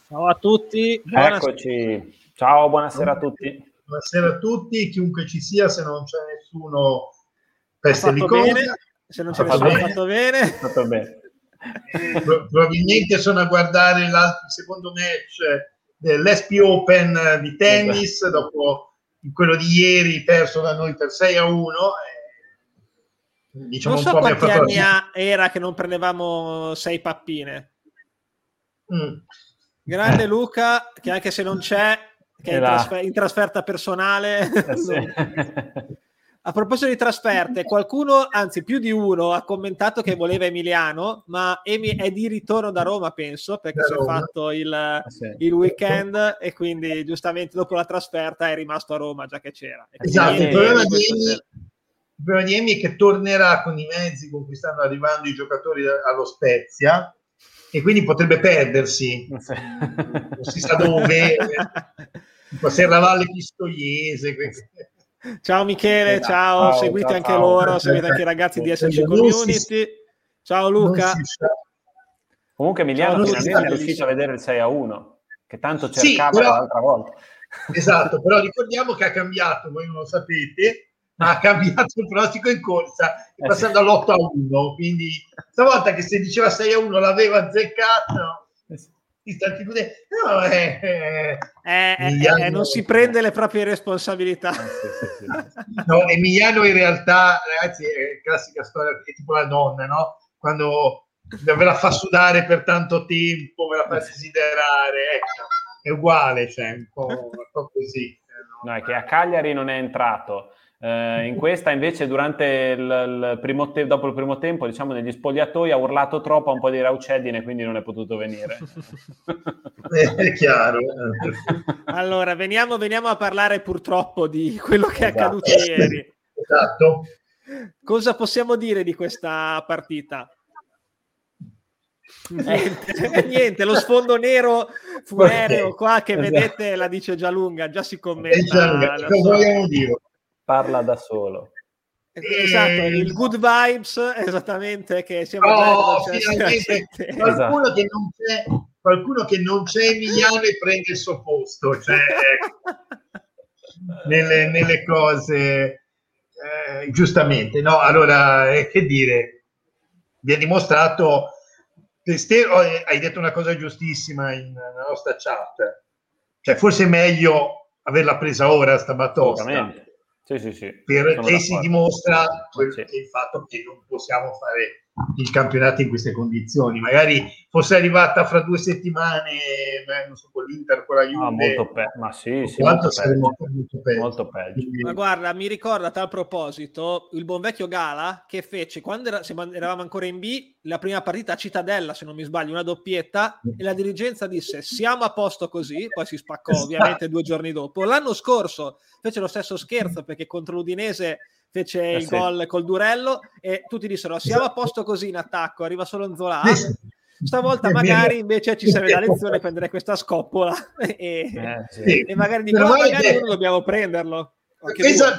Ciao a tutti. Eccoci. Ciao, buonasera a tutti. Buonasera a tutti, chiunque ci sia, se non c'è nessuno peste di cosa. Se non c'è nessuno ha fatto bene. Fatto bene. Probabilmente sono a guardare il secondo match dell'SP Open di tennis, dopo quello di ieri perso da noi per 6-1. Diciamo non so un po' quanti anni era che non prendevamo 6 pappine. Grande Luca, che anche se non c'è, che è in trasferta personale. Sì. A proposito di trasferte, qualcuno, anzi più di uno, ha commentato che voleva Emiliano, ma Emi è di ritorno da Roma, penso, perché si è fatto il weekend e quindi giustamente dopo la trasferta è rimasto a Roma, già che c'era. Esatto, il problema di Emi è che tornerà con i mezzi con cui stanno arrivando i giocatori allo Spezia e quindi potrebbe perdersi, non si sa dove, tipo Serravalle Pistoiese. Ciao Michele, ciao, seguite anche loro, seguite anche i ragazzi di SC Community. Ciao Luca. Comunque Emiliano finalmente è riuscito a vedere il 6-1, che tanto cercava l'altra volta. Esatto, però ricordiamo che ha cambiato, voi non lo sapete, ma ha cambiato il pronostico in corsa, passando all'8-1, quindi stavolta che se diceva 6-1 l'aveva azzeccato. Non si prende le proprie responsabilità. No, Emiliano in realtà, ragazzi, è classica storia, è tipo la donna, no? Quando ve la fa sudare per tanto tempo, ve la fa desiderare, ecco, è uguale, cioè un po' così. No, è che a Cagliari non è entrato. In questa invece durante dopo il primo tempo, diciamo, negli spogliatoi ha urlato troppo a un po' di raucedine, quindi non è potuto venire. È chiaro. Allora veniamo a parlare purtroppo di quello che è accaduto ieri. Esatto. Cosa possiamo dire di questa partita? Niente, lo sfondo nero funereo qua che vedete la dice già lunga, già si commenta. Vogliamo dire. Parla da solo. Esatto, il good vibes, esattamente, che siamo finalmente qualcuno che non c'è Emiliano e prende il suo posto, cioè nelle cose giustamente, no? Allora, che dire, vi ha dimostrato, hai detto una cosa giustissima nella nostra chat, cioè forse è meglio averla presa ora sta batosta. Sì. E si dimostra il fatto che non possiamo fare il campionato in queste condizioni. Magari fosse arrivata fra 2 settimane, non so, con l'Inter, con la Juve, molto peggio. Ma guarda, mi ricorda a tal proposito il buon vecchio Gala che fece quando eravamo ancora in B la prima partita a Cittadella, se non mi sbaglio, una doppietta, e la dirigenza disse siamo a posto così, poi si spaccò ovviamente 2 giorni dopo. L'anno scorso fece lo stesso scherzo perché contro l'Udinese fece il gol col Durello e tutti dissero siamo a posto così in attacco, arriva solo Nzola. Stavolta magari invece ci serve la lezione, prendere questa scoppola e magari dicono magari uno dobbiamo prenderlo. Pensa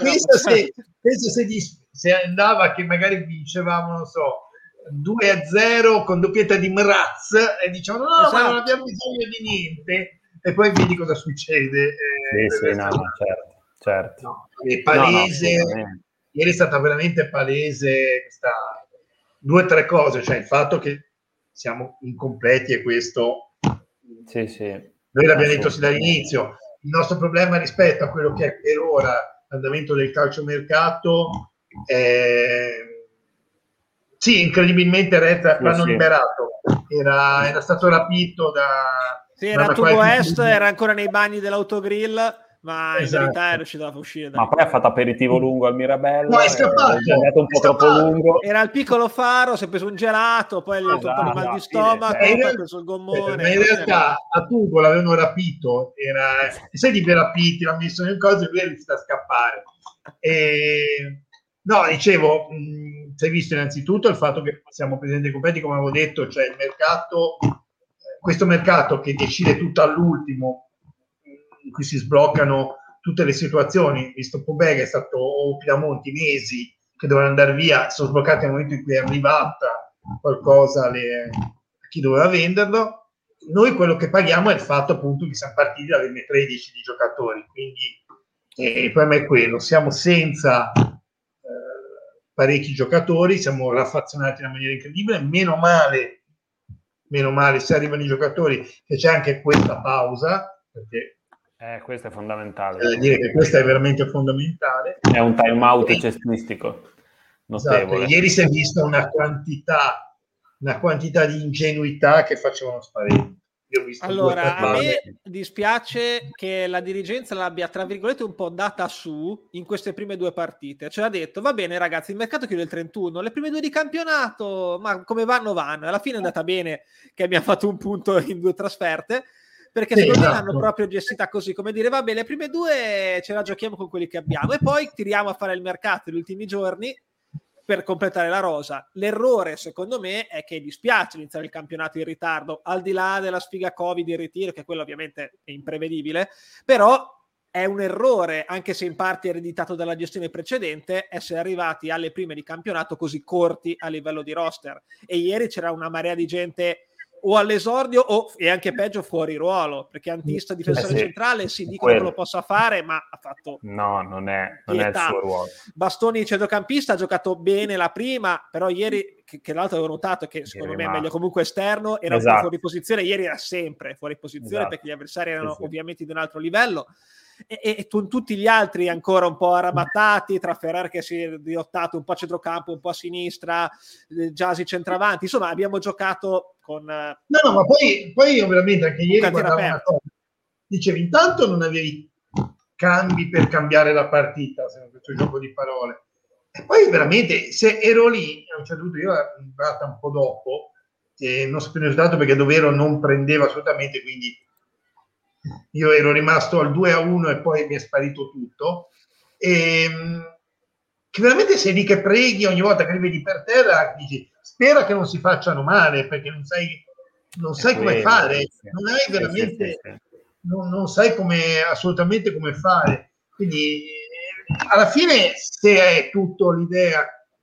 se andava che magari vincevamo, non so, 2-0 con doppietta di Mraz e diciamo no, ma non abbiamo bisogno di niente, e poi vedi cosa succede. Certo. No, è palese. Ieri è stata veramente palese questa 2 o 3 cose, cioè il fatto che siamo incompleti e questo noi l'abbiamo detto sin dall'inizio. Il nostro problema rispetto a quello che è per ora l'andamento del calciomercato incredibilmente l'hanno liberato, era stato rapito era Tubo Est, era ancora nei bagni dell'autogrill, ma in verità è riuscito a uscire ma poi ha fatto aperitivo lungo al Mirabello, no, è andato un po' troppo lungo, era al Piccolo Faro, si è preso un gelato, poi gli ha avuto un po' di mal di stomaco, poi ha preso il gommone, ma in realtà a Tubo l'avevano rapito, sai di rapiti, l'hanno messo nel coso e lui è riuscito a scappare. No, dicevo, si è visto innanzitutto il fatto che siamo presenti completi, come avevo detto, cioè il mercato, questo mercato che decide tutto all'ultimo, in cui si sbloccano tutte le situazioni, visto Pobega è stato Pinamonti mesi che dovevano andare via, sono sbloccati nel momento in cui è arrivata qualcosa a chi doveva venderlo. noi quello che paghiamo è il fatto appunto che siamo partiti da 13 di giocatori, quindi il problema è quello, siamo senza parecchi giocatori, siamo raffazzonati in una maniera incredibile, meno male se arrivano i giocatori che c'è anche questa pausa, perché questo è fondamentale. Dire che questa è veramente fondamentale. È un time out cestistico notevole. Esatto. Ieri si è vista una quantità di ingenuità che facevano spavento. Allora, a me dispiace che la dirigenza l'abbia, tra virgolette, un po' data su in queste prime 2 partite. Cioè ha detto, va bene ragazzi, il mercato chiude il 31, le prime 2 di campionato, ma come vanno? Alla fine è andata bene che abbiamo fatto un punto in 2 trasferte, perché secondo me l'hanno proprio gestita così, come dire, va bene, le prime 2 ce la giochiamo con quelli che abbiamo e poi tiriamo a fare il mercato negli ultimi giorni per completare la rosa. L'errore, secondo me, è che dispiace iniziare il campionato in ritardo, al di là della sfiga Covid in ritiro, che quello ovviamente è imprevedibile, però è un errore, anche se in parte ereditato dalla gestione precedente, essere arrivati alle prime di campionato così corti a livello di roster. E ieri c'era una marea di gente o all'esordio e anche peggio fuori ruolo, perché Antista, difensore centrale, si dicono che lo possa fare, ma ha fatto non è il suo ruolo. Bastoni, centrocampista, ha giocato bene la prima, però ieri, che l'altro avevo notato che secondo me è meglio comunque esterno, era un po' fuori posizione, ieri era sempre fuori posizione, perché gli avversari erano ovviamente di un altro livello, e tutti gli altri ancora un po' arrabbattati, tra Ferrer che si è diottato un po' a centrocampo, un po' a sinistra, Gyasi centravanti, insomma abbiamo giocato con ma poi io veramente anche ieri guardavo una cosa, dicevi intanto non avevi cambi per cambiare la partita, se non questo gioco di parole, e poi veramente se ero lì a un certo punto, io ero arrivata un po' dopo e non sapevo il risultato perché Dovero non prendeva assolutamente, quindi io ero rimasto al 2-1 e poi mi è sparito tutto, e che veramente sei lì che preghi ogni volta che li vedi per terra, dici spera che non si facciano male, perché non sai come fare, non hai veramente non sai assolutamente come fare, quindi alla fine se è tutto l'idea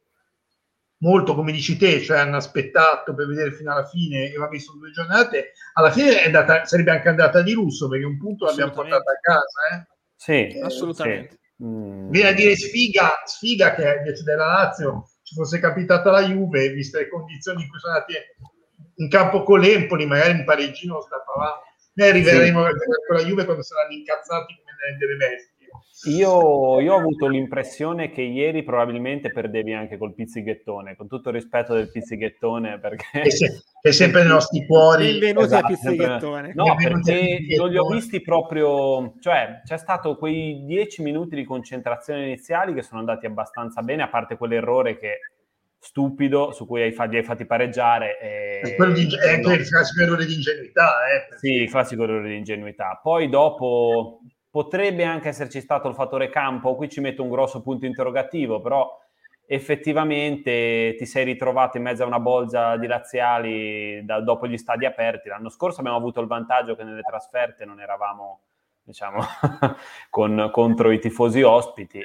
molto come dici te, cioè hanno aspettato per vedere fino alla fine e va visto 2 giornate, alla fine sarebbe anche andata di lusso, perché un punto l'abbiamo portato a casa. Sì, assolutamente. Viene a dire sfiga che invece della Lazio ci fosse capitata la Juve, viste le condizioni in cui sono andati in campo con l'Empoli, magari un pareggino stappavamo. Noi arriveremo con la Juve quando saranno incazzati come delle bestie. Io ho avuto l'impressione che ieri probabilmente perdevi anche col pizzighettone, con tutto il rispetto del pizzighettone, perché è sempre nei nostri cuori. Benvenuti a pizzighettone. No, perché non li ho visti proprio, cioè c'è stato quei 10 minuti di concentrazione iniziali che sono andati abbastanza bene, a parte quell'errore che stupido su cui li hai fatti pareggiare. È anche il classico errore di ingenuità. Sì, il classico errore di ingenuità. Poi dopo potrebbe anche esserci stato il fattore campo, qui ci metto un grosso punto interrogativo, però effettivamente ti sei ritrovato in mezzo a una bolgia di laziali dopo gli stadi aperti. L'anno scorso abbiamo avuto il vantaggio che nelle trasferte non eravamo, diciamo, contro i tifosi ospiti.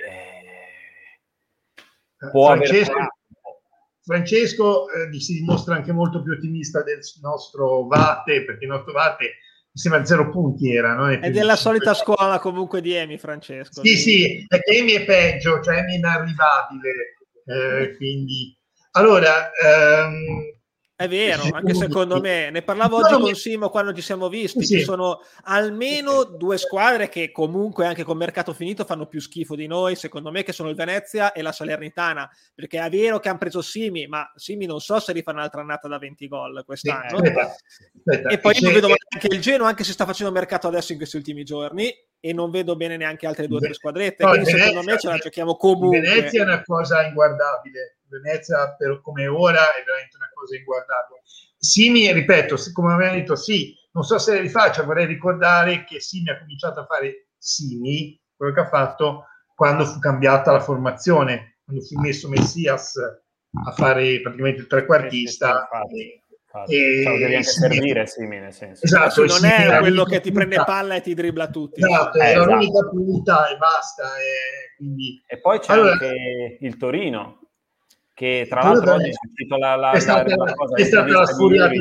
Francesco si dimostra anche molto più ottimista del nostro Vate, perché il nostro Vate mi sembra 0 punti era, no? È della solita scuola comunque di Emi, Francesco. Sì, perché Emi è peggio, cioè Emi è inarrivabile, quindi allora è vero, anche secondo me, ne parlavo oggi con Simo quando ci siamo visti, ci sono almeno 2 squadre che comunque anche con mercato finito fanno più schifo di noi, secondo me, che sono il Venezia e la Salernitana, perché è vero che hanno preso Simi, ma Simi non so se rifà un'altra annata da 20 gol quest'anno. Aspetta, e poi non vedo anche il Genoa, anche se sta facendo mercato adesso in questi ultimi giorni, e non vedo bene neanche altre 2 o 3 squadrette, quindi Venezia, secondo me ce la giochiamo comunque. Venezia è una cosa inguardabile. Venezia per come ora è veramente una cosa inguardabile. Simi, ripeto, come abbiamo detto, non so se le rifaccia, vorrei ricordare che Simi ha cominciato a fare Simi, quello che ha fatto quando fu cambiata la formazione, quando fu messo Messias a fare praticamente il trequartista. Devi anche servire Simi, nel senso. Esatto, non è quello che ti prende palla e ti dribbla tutti. Esatto, è l'unica punta e basta. Quindi... E poi c'è anche il Torino, che tra l'altro oggi è stata la sfuriata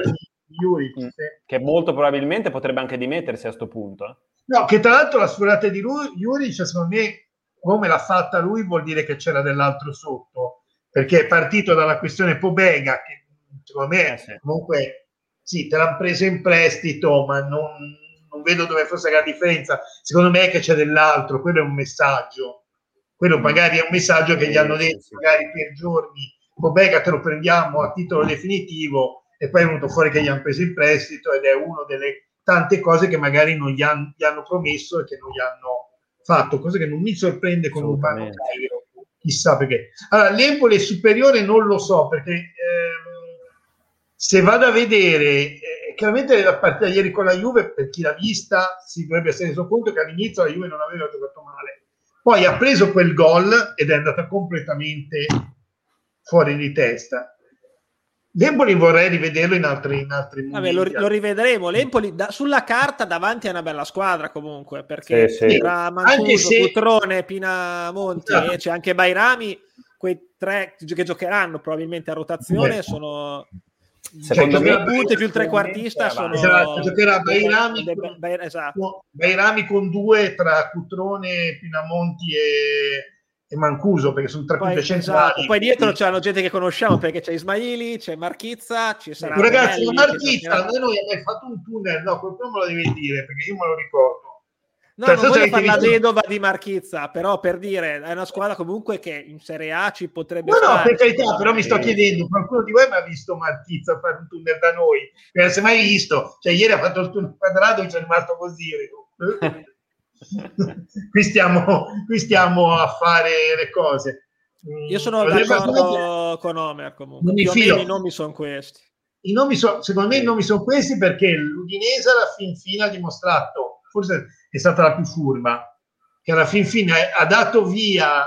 Juric, che molto probabilmente potrebbe anche dimettersi a sto punto. No, che tra l'altro la sfurata di Juric, secondo me, come l'ha fatta lui, vuol dire che c'era dell'altro sotto, perché è partito dalla questione Pobega, che secondo me comunque sì, te l'hanno preso in prestito, ma non vedo dove fosse la differenza. Secondo me è che c'è dell'altro, quello è un messaggio. Quello magari è un messaggio che gli hanno detto magari per giorni, Pobega te lo prendiamo a titolo definitivo, e poi è venuto fuori che gli hanno preso in prestito, ed è una delle tante cose che magari non gli hanno promesso e che non gli hanno fatto, cosa che non mi sorprende con Urbano Cairo, chissà perché. Allora, l'Empoli è superiore, non lo so, perché se vado a vedere, chiaramente la partita ieri con la Juve, per chi l'ha vista si dovrebbe essere reso conto che all'inizio la Juve non aveva giocato male, poi ha preso quel gol ed è andata completamente fuori di testa. L'Empoli vorrei rivederlo in altri momenti. Lo rivedremo. L'Empoli sulla carta davanti è una bella squadra comunque, perché tra Mancuso, Cutrone, Pinamonti e c'è anche Bairami, quei tre che giocheranno probabilmente a rotazione sono... Secondo me punti più il trequartista sono... Esatto, giocherà Bairami con due tra Cutrone, Pinamonti e Mancuso, perché sono tre punte centrali. Esatto. Poi dietro c'hanno gente che conosciamo, perché c'è Ismaili, c'è Marchizza, ci sarà ragazzi, Marchizza, noi abbiamo fatto un tunnel, no, qualcuno me lo devi dire, perché io me lo ricordo. No, non voglio fare la vedova di Marchizza, però per dire, è una squadra comunque che in Serie A ci potrebbe stare. No, per carità, però mi sto chiedendo, qualcuno di voi mi ha visto Marchizza fare un tunnel da noi? Non si è mai visto. Cioè, ieri ha fatto il tunnel quadrato e ci è rimasto così. Qui stiamo a fare le cose. Io sono d'accordo con Omer comunque. Più o meno i nomi sono questi. Secondo me i nomi sono questi, perché l'Udinese alla fin fine ha dimostrato, forse è stata la più furba, che alla fin fine ha dato via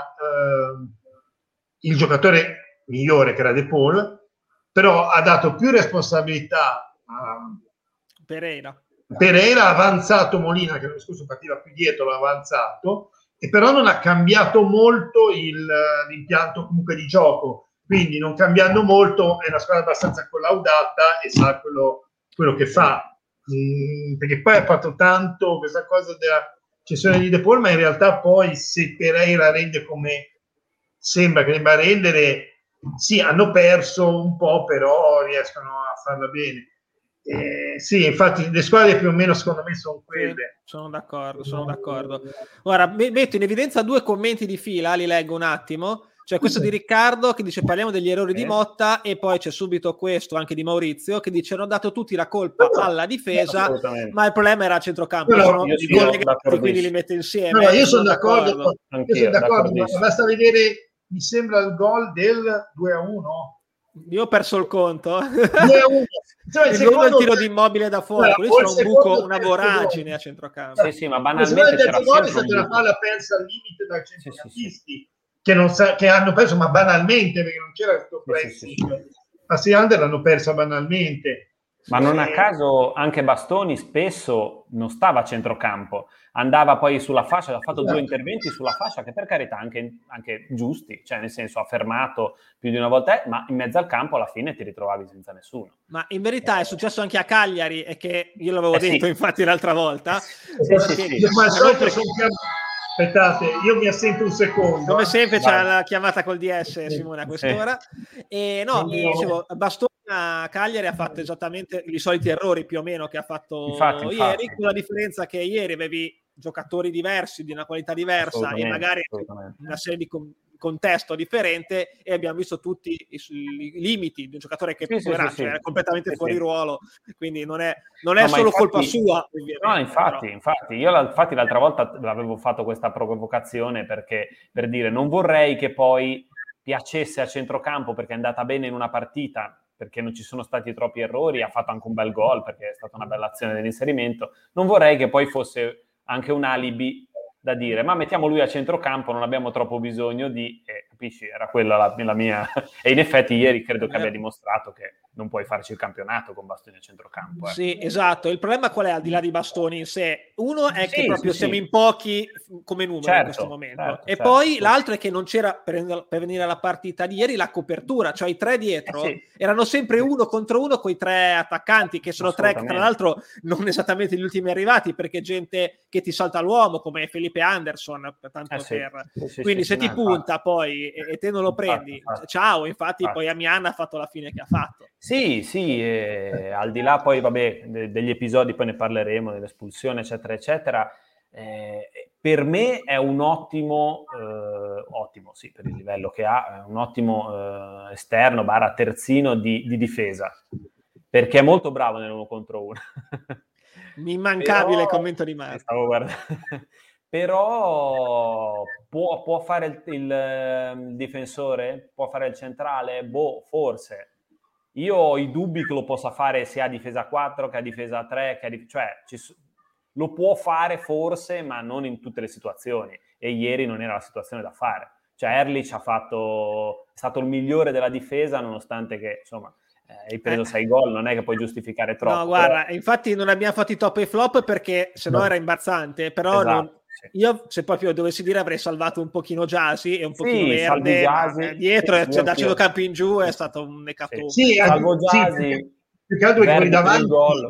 il giocatore migliore, che era De Paul, però ha dato più responsabilità a Pereira, ha avanzato Molina, che l'anno scorso partiva più dietro, l'ha avanzato, e però non ha cambiato molto l'impianto comunque di gioco, quindi non cambiando molto è una squadra abbastanza collaudata e sa quello che fa. Perché poi ha fatto tanto questa cosa della cessione di De Paul, ma in realtà poi se Pereira rende come sembra che debba rendere, sì, hanno perso un po', però riescono a farla bene. Sì, infatti le squadre più o meno secondo me sono quelle. Sono d'accordo. Ora metto in evidenza due commenti di fila, li leggo un attimo. Cioè questo di Riccardo che dice parliamo degli errori di Motta, e poi c'è subito questo anche di Maurizio che dice hanno dato tutti la colpa alla difesa, ma il problema era a centrocampo. Quindi li mette insieme. Io sono d'accordo. Basta vedere, mi sembra il gol del 2-1. Io ho perso il conto. 2-1. Cioè, il tiro di Immobile da fuori, quello c'era un buco, una voragine a centrocampo. Sì, ma banalmente c'era sempre è stata una palla persa al limite dai centrocampisti. Che hanno perso, ma banalmente, perché non c'era questo pressing. A Seander l'hanno persa banalmente. Ma non a caso anche Bastoni spesso non stava a centrocampo, andava poi sulla fascia, ha fatto 2 interventi sulla fascia che per carità anche giusti, cioè nel senso ha fermato più di una volta, ma in mezzo al campo alla fine ti ritrovavi senza nessuno. Ma in verità è successo anche a Cagliari, e che io l'avevo detto infatti l'altra volta. Aspettate, io mi assento un secondo. Come sempre c'è la chiamata col DS, Simone, a quest'ora. E dicevo, Bastoni a Cagliari ha fatto esattamente i soliti errori più o meno che ha fatto ieri, con la differenza che ieri avevi giocatori diversi, di una qualità diversa e magari una serie di contesto differente, e abbiamo visto tutti i limiti di un giocatore che è completamente fuori ruolo, quindi non è solo colpa sua. No, infatti io l'altra volta l'avevo fatto questa provocazione per dire non vorrei che poi piacesse a centrocampo perché è andata bene in una partita, perché non ci sono stati troppi errori, ha fatto anche un bel gol perché è stata una bella azione dell'inserimento, non vorrei che poi fosse anche un alibi da dire ma mettiamo lui a centrocampo, non abbiamo troppo bisogno di capisci? Era quella la mia... E in effetti ieri credo che abbia dimostrato che non puoi farci il campionato con bastoni a centrocampo. Sì, esatto. Il problema qual è al di là di bastoni in sé? Uno è che proprio siamo in pochi come numero in questo momento. E poi l'altro è che non c'era, per venire alla partita di ieri, la copertura. Cioè i tre dietro erano sempre uno contro uno con i tre attaccanti, che sono tre, tra l'altro, non esattamente gli ultimi arrivati, perché gente che ti salta l'uomo, come Felipe Anderson, quindi se ti punta poi e te non lo prendi, ciao. Infatti poi Amian ha fatto la fine che ha fatto. Sì, al di là poi, vabbè, degli episodi, poi ne parleremo, dell'espulsione, eccetera, eccetera, per me è un ottimo, sì, per il livello che ha, è un ottimo esterno, terzino di difesa, perché è molto bravo nell'1 contro 1. Immancabile il commento di Marco. Stavo guardando. Però può fare il difensore? Può fare il centrale? Forse. Io ho i dubbi che lo possa fare sia a difesa 4 che a difesa 3, lo può fare forse, ma non in tutte le situazioni. E ieri non era la situazione da fare. Cioè Erlich è stato il migliore della difesa, nonostante che, insomma, hai preso 6 gol, non è che puoi giustificare troppo. No, guarda, infatti non abbiamo fatto i top e flop perché sennò era imbarazzante, però io, se proprio dovessi dire, avrei salvato un pochino Giasi e un pochino Verde, dietro, cioè dal centrocampo in giù è stato un ecatombe. Salvo Giasi, più che altro quelli davanti,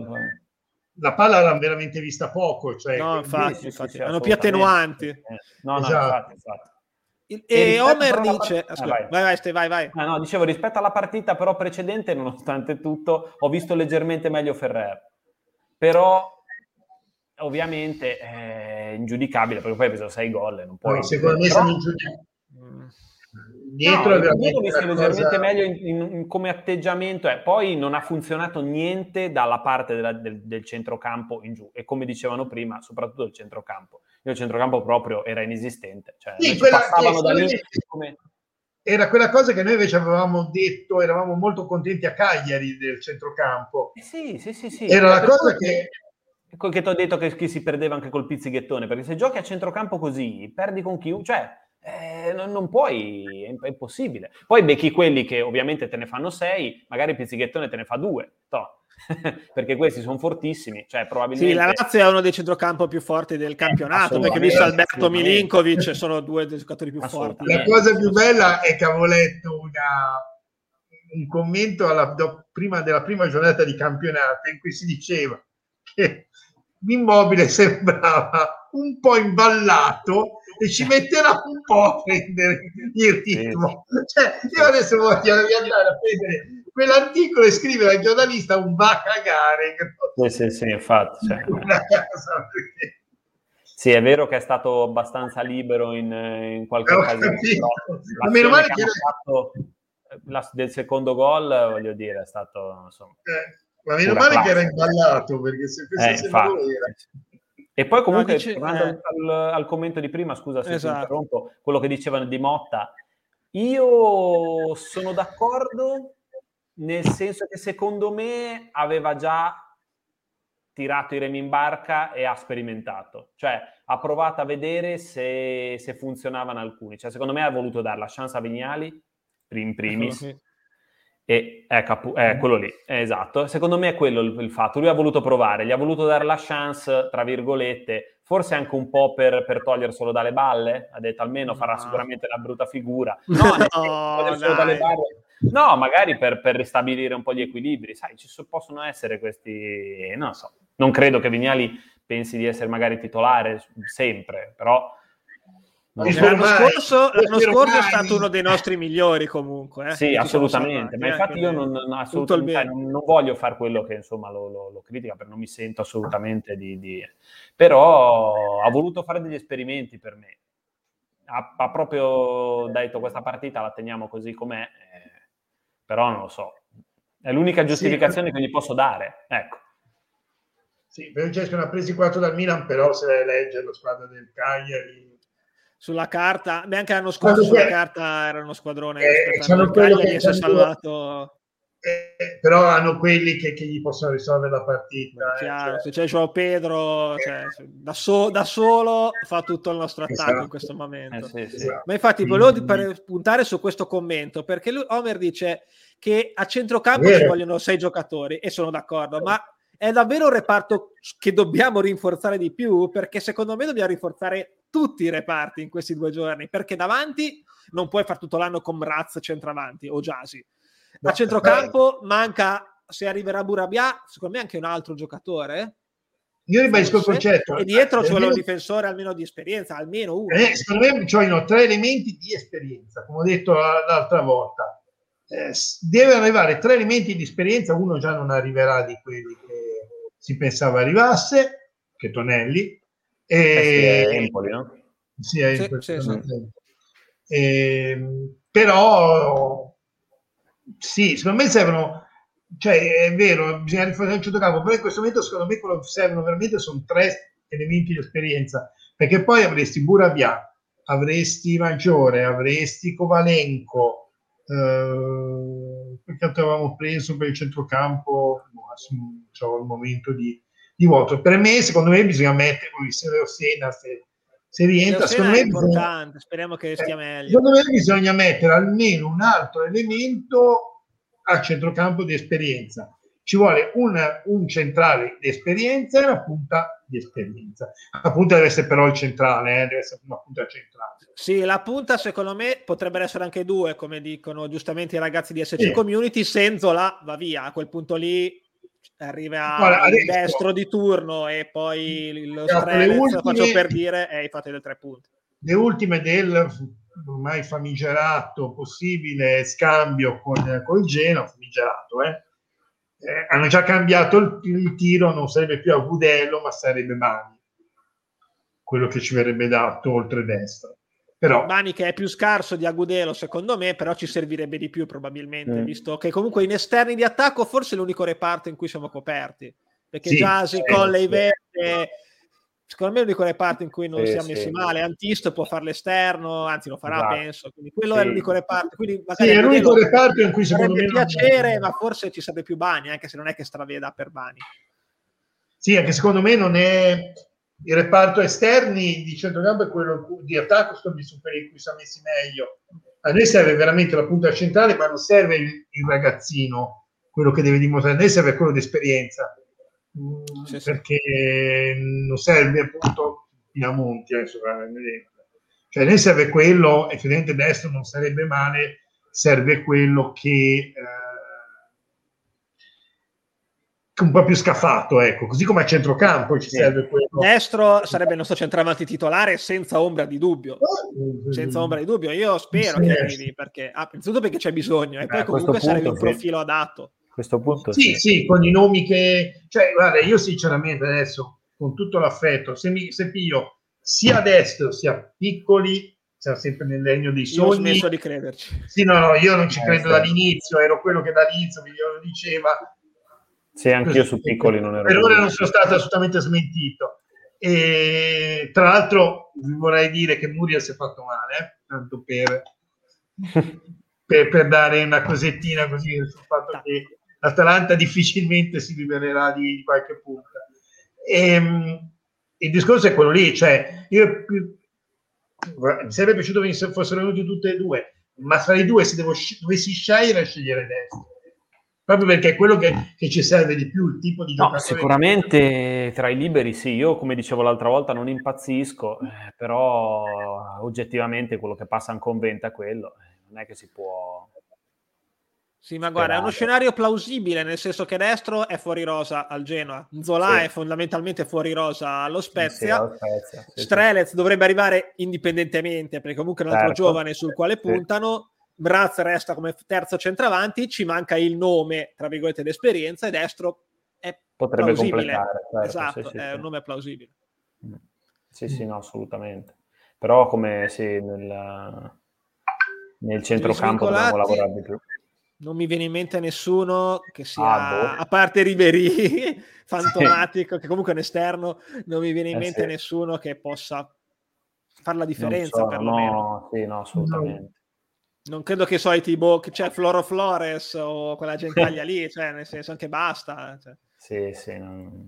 la palla l'hanno veramente vista poco. Cioè, no, infatti hanno più attenuanti. No, infatti. E Homer dice vai. No, dicevo, rispetto alla partita però precedente, nonostante tutto, ho visto leggermente meglio Ferrer, però ovviamente è ingiudicabile, perché poi ha preso 6 gol e non puoi... No, secondo me siamo ingiudicabili. Dietro io l'ho visto leggermente meglio in come atteggiamento, poi non ha funzionato niente dalla parte del centrocampo in giù, e come dicevano prima, soprattutto il centrocampo. Il centrocampo proprio era inesistente, cioè passavano da lì come... Era quella cosa che noi invece avevamo detto, eravamo molto contenti a Cagliari del centrocampo. Sì. Era la cosa che ti ho detto che si perdeva anche col pizzighettone, perché se giochi a centrocampo così, perdi con chiunque, cioè non puoi, è impossibile. Poi becchi quelli che ovviamente te ne fanno 6, magari il pizzighettone te ne fa 2, perché questi sono fortissimi, cioè probabilmente... Sì, la Lazio è uno dei centrocampo più forti del campionato, perché visto Alberto Milinkovic sono 2 dei giocatori più forti. La cosa più bella è che avevo letto un commento della prima giornata di campionato in cui si diceva che Immobile sembrava un po' imballato e ci metterà un po' a prendere il ritmo. Cioè, io adesso voglio andare a prendere quell'articolo e scrivere al giornalista un va a cagare. Sì, infatti. Sì, è vero che è stato abbastanza libero in qualche occasione. Meno male che fatto del secondo gol, voglio dire, è stato insomma... Ma meno male che era imballato, perché se fosse era. E poi comunque, tornando al commento di prima, scusa se ti interrompo, quello che dicevano di Motta, io sono d'accordo, nel senso che secondo me aveva già tirato i remi in barca e ha sperimentato, cioè ha provato a vedere se funzionavano alcuni, cioè secondo me ha voluto dare la chance a Vignali in primis. E quello lì, esatto, secondo me è quello il fatto. Lui ha voluto provare, gli ha voluto dare la chance, tra virgolette, forse anche un po' per toglierselo dalle balle, ha detto almeno farà sicuramente una brutta figura, no, magari per ristabilire un po' gli equilibri, sai, possono essere questi, non so, non credo che Vignali pensi di essere magari titolare sempre, però l'anno scorso è stato uno dei nostri migliori comunque. Sì, assolutamente, ma infatti io non voglio fare quello che insomma lo critica, perché non mi sento assolutamente di... Però ha voluto fare degli esperimenti per me. Ha proprio detto questa partita la teniamo così com'è, però non lo so. È l'unica giustificazione che gli posso dare, ecco. Sì, Francesco ne ha presi 4 dal Milan, però se lei legge la squadra del Cagliari... Sulla carta, anche l'anno scorso sulla carta era uno squadrone rispetto al Cagliari, si è salvato. però hanno quelli che gli possono risolvere la partita. Chiaro, se c'è Joao Pedro, da solo fa tutto il nostro attacco in questo momento. Ma infatti volevo puntare su questo commento, perché Omer dice che a centrocampo ci vogliono 6 giocatori, e sono d'accordo, ma è davvero un reparto che dobbiamo rinforzare di più, perché secondo me dobbiamo rinforzare tutti i reparti in questi 2 giorni, perché davanti non puoi fare tutto l'anno con Mraz centravanti o Gyasi. A centrocampo manca, se arriverà Burabia, secondo me anche un altro giocatore. Io ribadisco il concetto. E dietro ci vuole un difensore almeno di esperienza, almeno uno. Secondo me ci vogliono 3 elementi di esperienza, come ho detto l'altra volta. Deve arrivare 3 elementi di esperienza, uno già non arriverà di quelli che si pensava arrivasse, che Tonelli. È Empoli, no? Sì, è Empoli. Sì. Però sì, secondo me servono, cioè è vero, bisogna rinforzare il centrocampo, però in questo momento secondo me quello che servono veramente sono 3 elementi di esperienza, perché poi avresti Burabia, avresti Maggiore, avresti Kovalenko, perché avevamo preso per il centrocampo, c'ho il momento di vuoto. Per me, secondo me bisogna mettere Sena se rientra, secondo me è importante, speriamo che stia meglio. Secondo me bisogna mettere almeno un altro elemento a centrocampo di esperienza. Ci vuole un centrale di esperienza e una punta di esperienza. La punta deve essere però il centrale, deve essere una punta centrale. Sì, la punta secondo me potrebbero essere anche 2, come dicono giustamente i ragazzi di SC Community. Senzola va via, a quel punto lì arriva il destro di turno e poi lo Strelez, faccio per dire, e fate le 3 punti. Le ultime del ormai famigerato possibile scambio con il Genoa, famigerato, hanno già cambiato il tiro, non sarebbe più Agudelo ma sarebbe Bani, quello che ci verrebbe dato oltre destra. Però Bani, che è più scarso di Agudelo secondo me, però ci servirebbe di più probabilmente, visto che comunque in esterni di attacco forse è l'unico reparto in cui siamo coperti, perché Gyasi, Colley, Verde, secondo me è l'unico reparto in cui non siamo messi male. Antist può fare l'esterno, anzi lo farà, penso, quindi quello è l'unico reparto, quindi è l'unico reparto in cui secondo me piacere, ma forse ci sarebbe più Bani, anche se non è che straveda per Bani. Sì, anche secondo me non è il reparto esterni di centrocampo, è quello di attacco in cui siamo messi meglio. A noi serve veramente la punta centrale, ma non serve il ragazzino, quello che deve dimostrare, a noi serve quello di esperienza, perché non serve appunto Pinamonti, cioè a noi serve quello, effettivamente destro non sarebbe male, serve quello che un po' più scafato, ecco, così come a centrocampo ci serve quello. Destro sarebbe il nostro centravanti titolare senza ombra di dubbio. Senza ombra di dubbio, io spero che arrivi, perché innanzitutto perché c'è bisogno e poi comunque sarebbe un profilo adatto. A questo punto sì, con i nomi che, cioè guarda, io sinceramente adesso con tutto l'affetto, se piglio sia destro sia piccoli, siamo sempre nel legno dei sogni. Io ho smesso di crederci. Sì, no, io non ci credo dall'inizio, ero quello che dall'inizio mi lo diceva. Sì, anch'io su piccoli non ero. Per ora non sono stato assolutamente smentito. E tra l'altro vi vorrei dire che Muriel si è fatto male, tanto per dare una cosettina così sul fatto che l'Atalanta difficilmente si libererà di qualche punta. Il discorso è quello lì, cioè mi sarebbe piaciuto che fossero venuti tutte e 2, ma fra i 2 se dovessi scegliere destro. Proprio perché è quello che ci serve di più, il tipo di giocatore. Sicuramente tra i liberi sì, io come dicevo l'altra volta non impazzisco, però oggettivamente quello che passa in convento è quello, non è che si può... Sì, ma guarda, è uno scenario plausibile, nel senso che destro è fuori rosa al Genoa, Nzola è fondamentalmente fuori rosa allo Spezia, Strelez dovrebbe arrivare indipendentemente, perché comunque è un altro giovane sul quale puntano, Braz resta come terzo centravanti, ci manca il nome, tra virgolette, l'esperienza, e destro è potrebbe plausibile. Completare. Esatto, è un nome plausibile. Sì, no, assolutamente. Però come nel centrocampo dobbiamo lavorare di più. Non mi viene in mente nessuno che sia, a parte Ribéry, fantomatico, che comunque è un esterno, non mi viene in mente nessuno che possa fare la differenza, perlomeno. No, assolutamente. Non credo che i soliti che c'è Floro Flores o quella gentaglia lì, cioè nel senso anche basta. Cioè. Sì, no,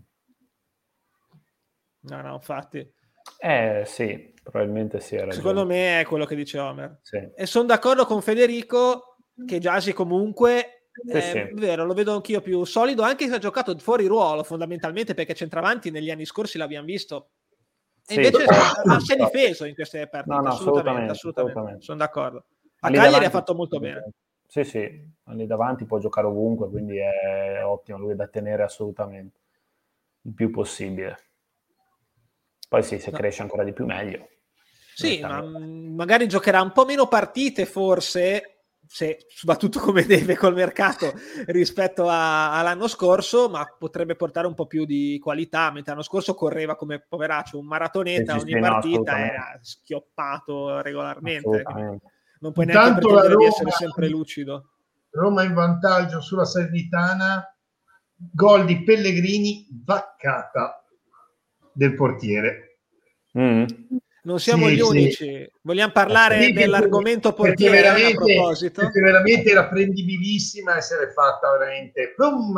infatti. Sì, probabilmente sì. Secondo me è quello che dice Homer. Sì. E sono d'accordo con Federico che Gyasi comunque sì. vero, lo vedo anch'io più solido, anche se ha giocato fuori ruolo fondamentalmente, perché centravanti negli anni scorsi l'abbiamo visto. E invece si è difeso in queste partite. No, assolutamente. Sono d'accordo. A lì Cagliari davanti, ha fatto molto bene. Sì, lì davanti può giocare ovunque, quindi è ottimo, lui è da tenere assolutamente il più possibile. Poi se cresce ancora di più meglio. Sì, ma magari giocherà un po' meno partite forse, se va tutto come deve col mercato rispetto all'anno scorso, ma potrebbe portare un po' più di qualità, mentre l'anno scorso correva come poveraccio un maratoneta, ogni partita era schioppato regolarmente. Non puoi neanche pretendere di essere sempre lucido. Roma in vantaggio sulla Salernitana, gol di Pellegrini, vaccata del portiere. Non siamo gli unici. Vogliamo parlare dell'argomento portiere a proposito? Perché veramente era prendibilissima e se l'è fatta veramente.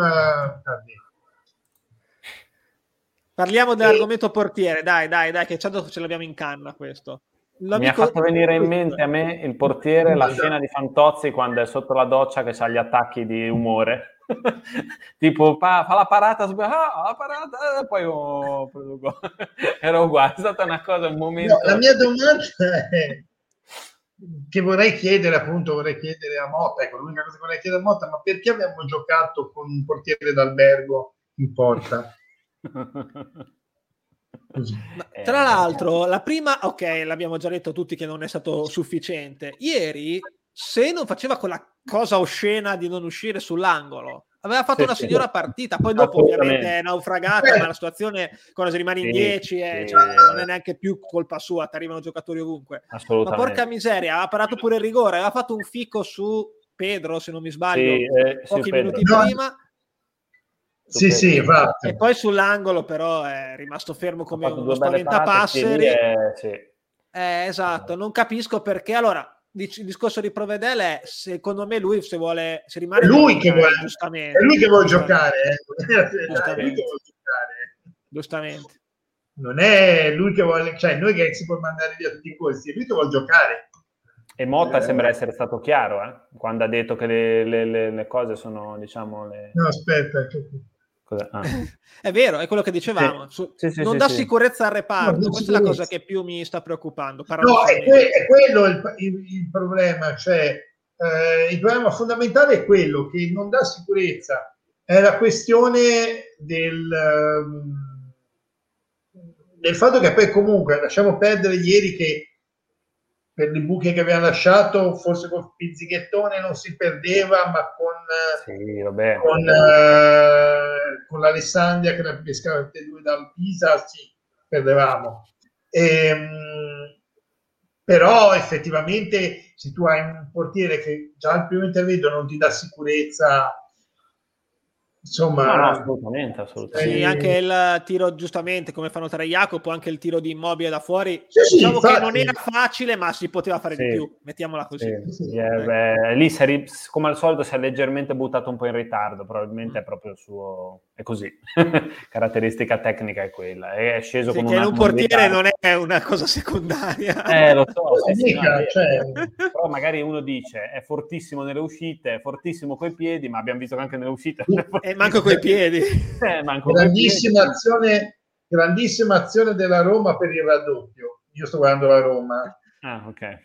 Parliamo dell'argomento portiere, dai, che ce l'abbiamo in canna questo. Mi ha fatto venire in mente a me il portiere, la scena di Fantozzi quando è sotto la doccia che ha gli attacchi di umore. Tipo fa la parata, la parata, poi era uguale, è stata una cosa, un momento. No, la mia domanda è che vorrei chiedere a Motta, ecco, l'unica cosa che vorrei chiedere a Motta, ma perché abbiamo giocato con un portiere d'albergo in porta? Tra l'altro, la prima, ok, l'abbiamo già detto tutti che non è stato sufficiente. Ieri, se non faceva quella cosa oscena di non uscire sull'angolo, aveva fatto una signora partita. Poi dopo ovviamente è naufragata, ma la situazione quando si rimane in 10 cioè, non è neanche più colpa sua, ti arrivano giocatori ovunque. Ma porca miseria, ha parato pure il rigore, aveva fatto un ficco su Pedro, se non mi sbaglio, pochi minuti prima. Sì, infatti. E poi sull'angolo però è rimasto fermo come uno spaventapasseri. Esatto, non capisco perché. Allora, il discorso di Provedel è, secondo me, lui se rimane lui che vuole, giustamente. È lui che vuole giocare. Giustamente. Non è lui che vuole, cioè noi che si può mandare via tutti i corsi, è lui che vuole giocare. E Motta sembra essere stato chiaro, quando ha detto che le cose sono, diciamo, le... No, aspetta. È vero, è quello che dicevamo. Non dà sicurezza al reparto. Questa è la cosa che più mi sta preoccupando. No, è quello il problema. Cioè, il problema fondamentale è quello che non dà sicurezza. È la questione del fatto che poi comunque lasciamo perdere ieri che per le buche che aveva lasciato, forse con Pizzichettone non si perdeva, ma con l'Alessandria che la pescava tutte due dal Pisa, sì, perdevamo. Però effettivamente se tu hai un portiere che già al primo intervento non ti dà sicurezza, insomma, no, assolutamente. Sì, anche il tiro, giustamente, come fanno tra Jacopo, anche il tiro di Immobile da fuori, diciamo che non era facile, ma si poteva fare di più, mettiamola così. Lì come al solito si è leggermente buttato un po' in ritardo, probabilmente è proprio il suo, è così, caratteristica tecnica è quella, è sceso con un portiere non è una cosa secondaria. Lo so, però magari uno dice è fortissimo nelle uscite, è fortissimo coi piedi, ma abbiamo visto che anche nelle uscite manco coi piedi. Grandissima azione della Roma per il raddoppio. Io sto guardando la Roma. Ok.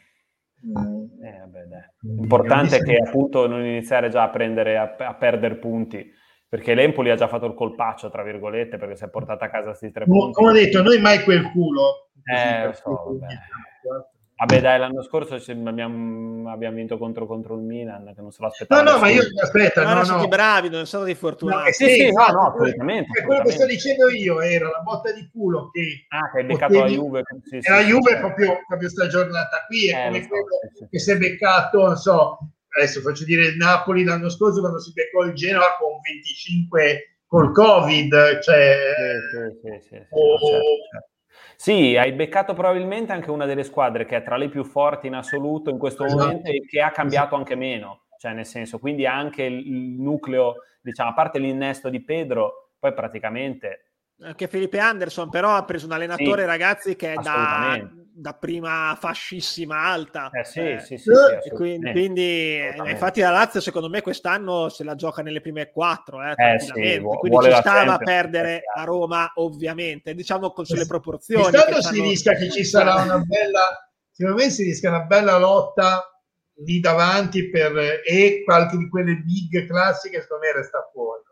L'importante è che appunto non iniziare già a perdere punti, perché l'Empoli ha già fatto il colpaccio, tra virgolette, perché si è portata a casa questi 3 punti. Come ho detto, noi mai quel culo. Lo so, vabbè, dai, l'anno scorso abbiamo vinto contro il Milan, che non se l'aspettava. No, ma io aspetta, sono stati bravi, non sono stati fortunati. Assolutamente. Quello che sto dicendo io era la botta di culo che hai beccato la Juve. La Juve proprio sta giornata qui, è come quello che si è beccato, non so, adesso faccio dire il Napoli l'anno scorso quando si beccò il Genoa con 25 col Covid, cioè Sì, hai beccato probabilmente anche una delle squadre che è tra le più forti in assoluto in questo momento e che ha cambiato anche meno, cioè nel senso, quindi anche il nucleo, diciamo, a parte l'innesto di Pedro, poi praticamente... Anche Felipe Anderson però ha preso un allenatore, sì, ragazzi, che è da prima fascissima alta. Sì, e quindi infatti la Lazio secondo me quest'anno se la gioca nelle prime 4 tranquillamente. Sì, quindi ci stava a perdere a Roma, ovviamente, diciamo sulle proporzioni. Quest'anno si rischia che ci sarà una bella, secondo me si rischia una bella lotta lì davanti e qualche di quelle big classiche secondo me resta fuori.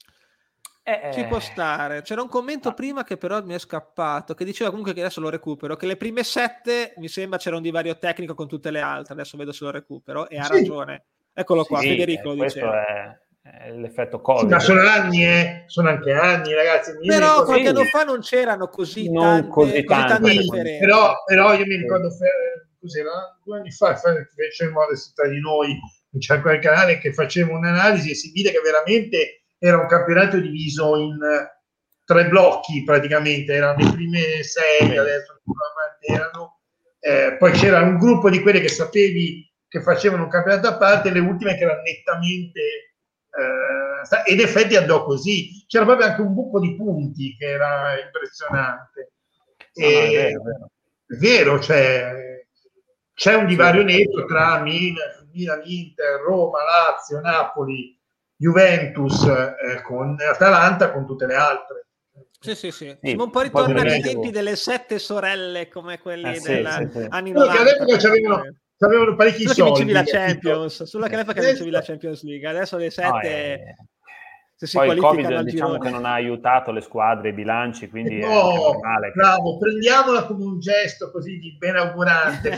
Ci può stare. C'era un commento prima che però mi è scappato, che diceva comunque che adesso lo recupero, che le prime 7 mi sembra c'era un divario tecnico con tutte le altre, adesso vedo se lo recupero e ha ragione. Eccolo qua, Federico lo diceva. Questo è l'effetto Covid. Ma sono anni, sono anche anni, ragazzi. Però qualche anno fa non c'erano così tante differenze. Però io mi ricordo, cos'era, 2 anni fa, facevamo tra di noi, c'è quel canale che faceva un'analisi e si vede che veramente era un campionato diviso in 3 blocchi praticamente, erano le prime 6, adesso erano, poi c'era un gruppo di quelle che sapevi che facevano un campionato a parte, le ultime che erano nettamente ed effetti andò così, c'era proprio anche un buco di punti che era impressionante. È vero, c'è un divario netto tra Milan, Inter, Roma, Lazio, Napoli, Juventus, con Atalanta, con tutte le altre. Sì. Siamo un po' ritornati ai tempi delle 7 sorelle come quelli anni 90. Che all'epoca c'avevano parecchi soldi. Vincivi la Champions, sulla che all'epoca vincevi la Champions League, adesso le 7 se si poi il Covid al diciamo girone. che non ha aiutato le squadre, i bilanci, quindi è normale. Bravo, prendiamola come un gesto così di benaugurante.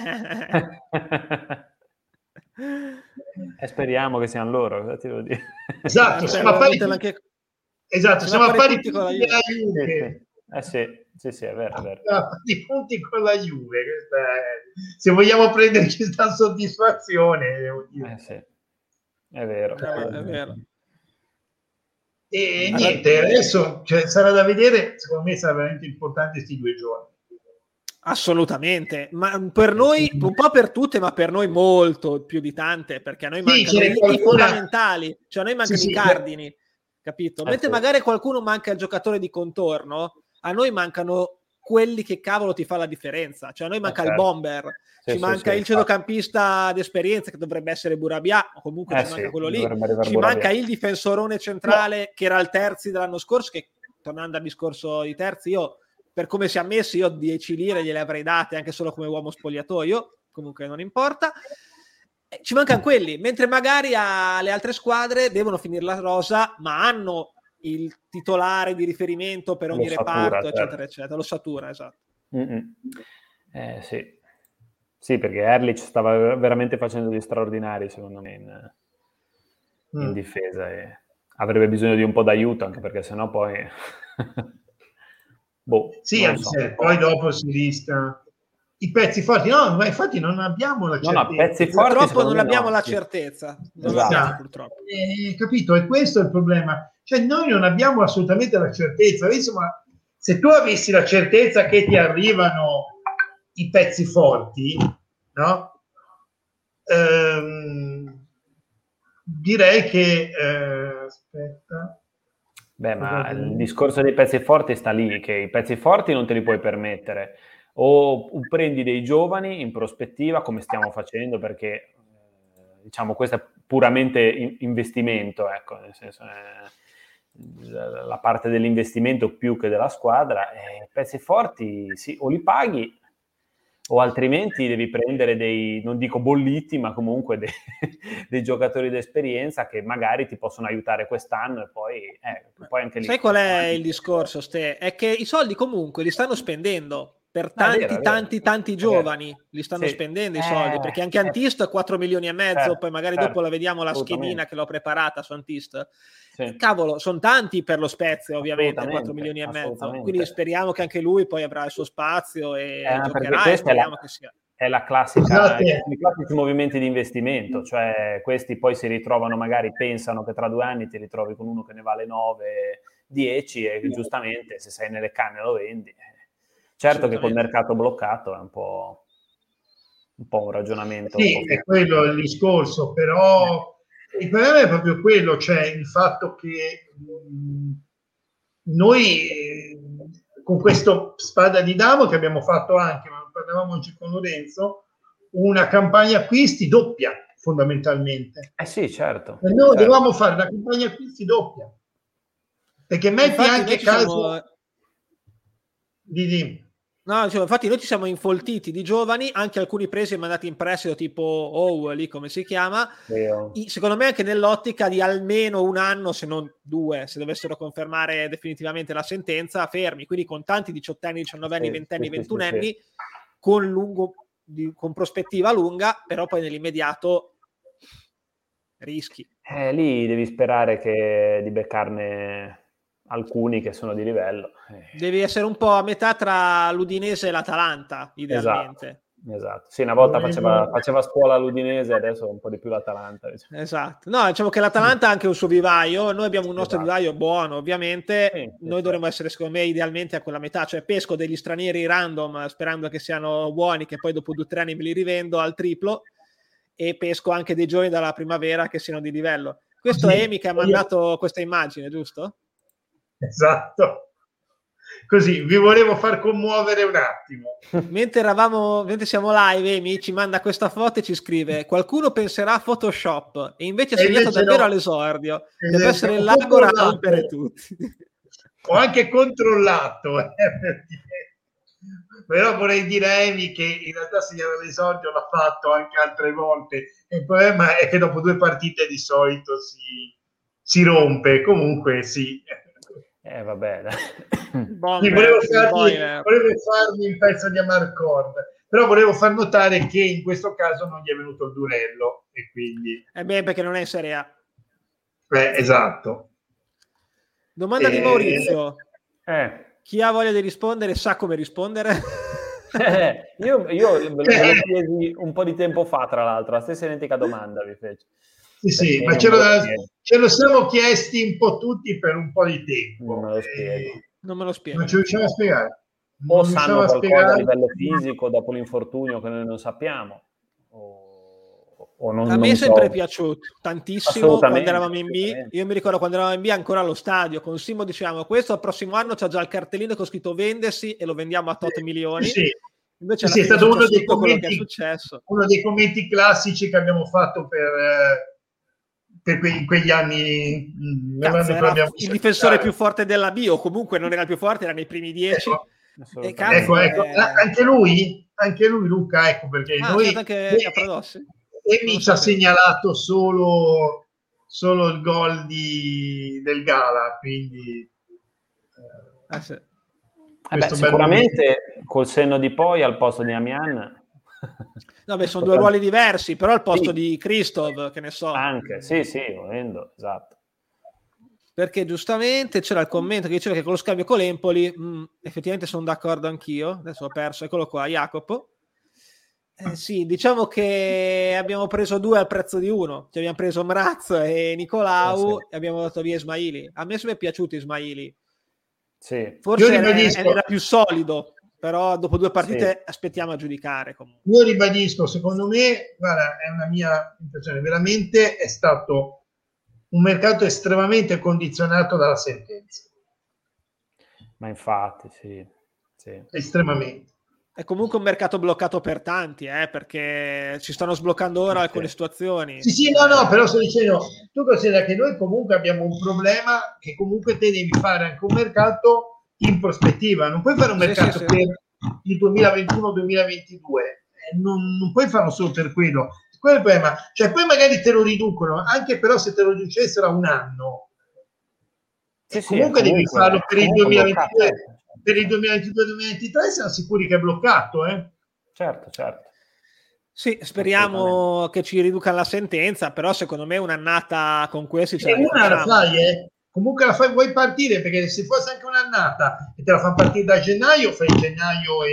E speriamo che siano loro, ti devo dire. Esatto, siamo a fare i punti con la Juve. Sì, è vero. I punti con la Juve, se vogliamo prenderci questa soddisfazione, devo dire. Sì, è vero. È vero. E niente, adesso sarà da vedere, secondo me sarà veramente importante questi 2 giorni. Assolutamente, ma per noi, un po' per tutte, ma per noi molto più di tante, perché a noi mancano i fondamentali, cioè a noi mancano i cardini, capito? Mentre magari qualcuno manca il giocatore di contorno, a noi mancano quelli che cavolo ti fa la differenza, cioè a noi manca il bomber, ci manca il centrocampista d'esperienza che dovrebbe essere Burabia, o comunque ci manca quello lì, ci manca il difensorone centrale che era il terzi dell'anno scorso, che tornando al discorso di terzi, io per come si è messi, io 10 lire gliele avrei date anche solo come uomo spogliatoio, comunque non importa. Ci mancano quelli, mentre magari alle altre squadre devono finire la rosa, ma hanno il titolare di riferimento per ogni reparto, eccetera, eccetera. L'ossatura, esatto. Sì, perché Erlich stava veramente facendo di straordinari, secondo me, in difesa, e avrebbe bisogno di un po' d'aiuto, anche perché sennò poi... poi dopo si rischia i pezzi forti, ma infatti non abbiamo la certezza. Pezzi forti, purtroppo non abbiamo la certezza, purtroppo. Capito? E questo è il problema, cioè noi non abbiamo assolutamente la certezza. Insomma, se tu avessi la certezza che ti arrivano i pezzi forti, no? Direi che aspetta. Ma il discorso dei pezzi forti sta lì, che i pezzi forti non te li puoi permettere, o prendi dei giovani in prospettiva, come stiamo facendo, perché diciamo questo è puramente investimento, ecco, nel senso la parte dell'investimento più che della squadra. I pezzi forti sì, o li paghi, o altrimenti devi prendere dei, non dico bolliti, ma comunque dei giocatori d'esperienza che magari ti possono aiutare quest'anno e poi anche lì. Sai qual è il discorso, Ste? È che i soldi comunque li stanno spendendo per tanti giovani, li stanno spendendo i soldi, perché anche Antist 4 milioni e mezzo, poi magari dopo la vediamo la schedina che l'ho preparata su Antist. Cavolo, sono tanti per lo Spezia, ovviamente, 4 milioni e mezzo, quindi speriamo che anche lui poi avrà il suo spazio e giocherà, e speriamo che sia. È la classica, i classici movimenti di investimento, cioè questi poi si ritrovano, magari pensano che tra 2 anni ti ritrovi con uno che ne vale 9, 10 e giustamente se sei nelle canne lo vendi. Certo che col mercato bloccato è un po' un ragionamento. Sì, un po' è quello il discorso, però il problema è proprio quello, cioè il fatto che noi con questo Spada di Damo che abbiamo fatto anche, ma parlavamo oggi con Lorenzo, una campagna acquisti doppia fondamentalmente. Sì, certo. E noi dovevamo fare una campagna acquisti doppia, perché metti infatti anche caso No, cioè, infatti noi ci siamo infoltiti di giovani, anche alcuni presi e mandati in prestito, tipo lì come si chiama, secondo me anche nell'ottica di almeno un anno, se non 2, se dovessero confermare definitivamente la sentenza, fermi, quindi con tanti 18enni, 19enni, 20enni, 21enni, con prospettiva lunga, però poi nell'immediato rischi. Lì devi sperare di beccarne alcuni che sono di livello. Devi essere un po' a metà tra l'Udinese e l'Atalanta, idealmente. Esatto. Sì, una volta faceva scuola l'Udinese, adesso un po' di più l'Atalanta. Diciamo. Esatto. No, diciamo che l'Atalanta ha anche un suo vivaio, noi abbiamo un nostro vivaio buono, ovviamente. Noi dovremmo essere, secondo me, idealmente a quella metà, cioè pesco degli stranieri random sperando che siano buoni, che poi dopo 2 o 3 anni me li rivendo al triplo, e pesco anche dei giovani dalla primavera che siano di livello. Questo è Emi che ha mandato questa immagine, giusto? Esatto, così vi volevo far commuovere un attimo. Mentre siamo live, Emi ci manda questa foto e ci scrive: qualcuno penserà a Photoshop, e invece è segnato davvero all'esordio. Deve essere l'Agora a rompere tutti. Ho anche controllato, però vorrei dire a Emi che in realtà segnare all'esordio l'ha fatto anche altre volte. Il problema è che dopo 2 partite di solito si rompe. Comunque sì. Vabbè. Volevo farmi un pezzo di Amarcord, però volevo far notare che in questo caso non gli è venuto il durello e quindi perché non è in Serie A. Esatto. Domanda di Maurizio. Chi ha voglia di rispondere sa come rispondere? Io ve lo chiesi un po' di tempo fa, tra l'altro, la stessa identica domanda vi fece. Sì, ma ce lo siamo chiesti un po' tutti per un po' di tempo. Non me lo spiego. Non ci riusciamo a spiegare. O sanno qualcosa a livello fisico dopo l'infortunio che noi non sappiamo. A me è sempre piaciuto tantissimo quando eravamo in B. Io mi ricordo quando eravamo in B ancora allo stadio con Simo dicevamo: questo al prossimo anno c'ha già il cartellino con scritto vendersi e lo vendiamo a tot milioni. Invece è stato uno dei commenti, che è successo. Uno dei commenti classici che abbiamo fatto per quegli anni. Il difensore più forte della B, o comunque non era il più forte, era nei primi 10. Ecco. Anche lui Luca, ecco perché noi anche Capradossi. Emi ci ha segnalato solo il gol del Gala, quindi sicuramente col senno di poi al posto di Amian. No, sono 2 ruoli diversi, però al posto di Kristov, che ne so. Anche, sì, volendo, esatto. Perché giustamente c'era il commento che diceva che con lo scambio con l'Empoli, effettivamente sono d'accordo anch'io, adesso ho perso, eccolo qua, Jacopo. Sì, diciamo che abbiamo preso 2 al prezzo di 1, cioè abbiamo preso Mraz e Nicolau e abbiamo dato via Ismaili. A me è piaciuto Ismaili. Sì. Forse era più solido, però dopo 2 partite aspettiamo a giudicare. Comunque. Io ribadisco, secondo me, guarda, è una mia impressione, veramente è stato un mercato estremamente condizionato dalla sentenza. Ma infatti, sì. Estremamente. È comunque un mercato bloccato per tanti, perché ci stanno sbloccando ora alcune situazioni. Sì, no, però sto dicendo, tu considera che noi comunque abbiamo un problema che comunque te devi fare anche un mercato in prospettiva, non puoi fare un mercato per il 2021-2022, non puoi farlo solo per quello. Quello è il problema, cioè poi magari te lo riducono, anche però se te lo riducessero a un anno, comunque devi farlo per il 2022. Per il 2022-2023 siamo sicuri che è bloccato, Certo. Sì, speriamo che ci riducano la sentenza, però secondo me un'annata con questi una la fai, comunque la fai, vuoi partire, perché se fosse anche un'annata e te la fanno partire da gennaio, fai gennaio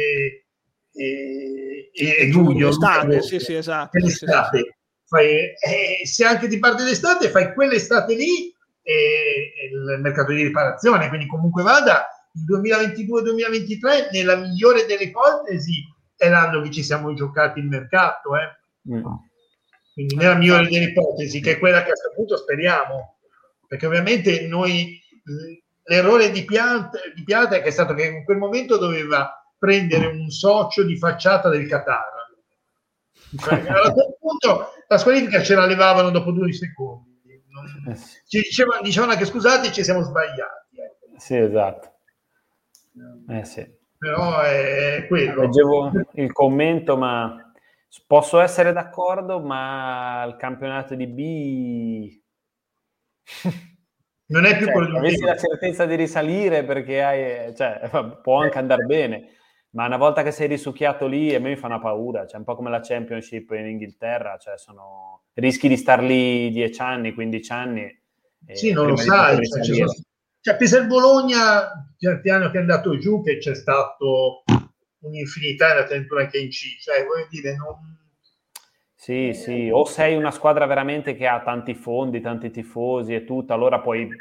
e giugno, estate, sì, esatto. L'estate. Fai, se anche ti parte l'estate, fai quell'estate lì e il mercato di riparazione, quindi comunque vada il 2022-2023 nella migliore delle ipotesi è l'anno che ci siamo giocati il mercato, quindi nella migliore delle ipotesi, che è quella che a questo punto speriamo, perché ovviamente noi l'errore di Pianta è che è stato che in quel momento doveva prendere un socio di facciata del Qatar, cioè, a quel punto la squalifica ce la levavano dopo 2 secondi. Ci dicevano che scusate, ci siamo sbagliati. Sì, esatto. Sì. Però è quello. Leggevo il commento, ma posso essere d'accordo, ma il campionato di B non è più quello di avessi la certezza di risalire, perché può anche andare bene, ma una volta che sei risucchiato lì, a me mi fa una paura, un po' come la Championship in Inghilterra, rischi di star lì 10 anni, 15 anni. Sì, non lo sai. Pensa il Bologna, certi anni che è andato giù, che c'è stato un'infinità di addirittura anche in C, voglio dire, non... Sì, o sei una squadra veramente che ha tanti fondi, tanti tifosi e tutto, allora puoi,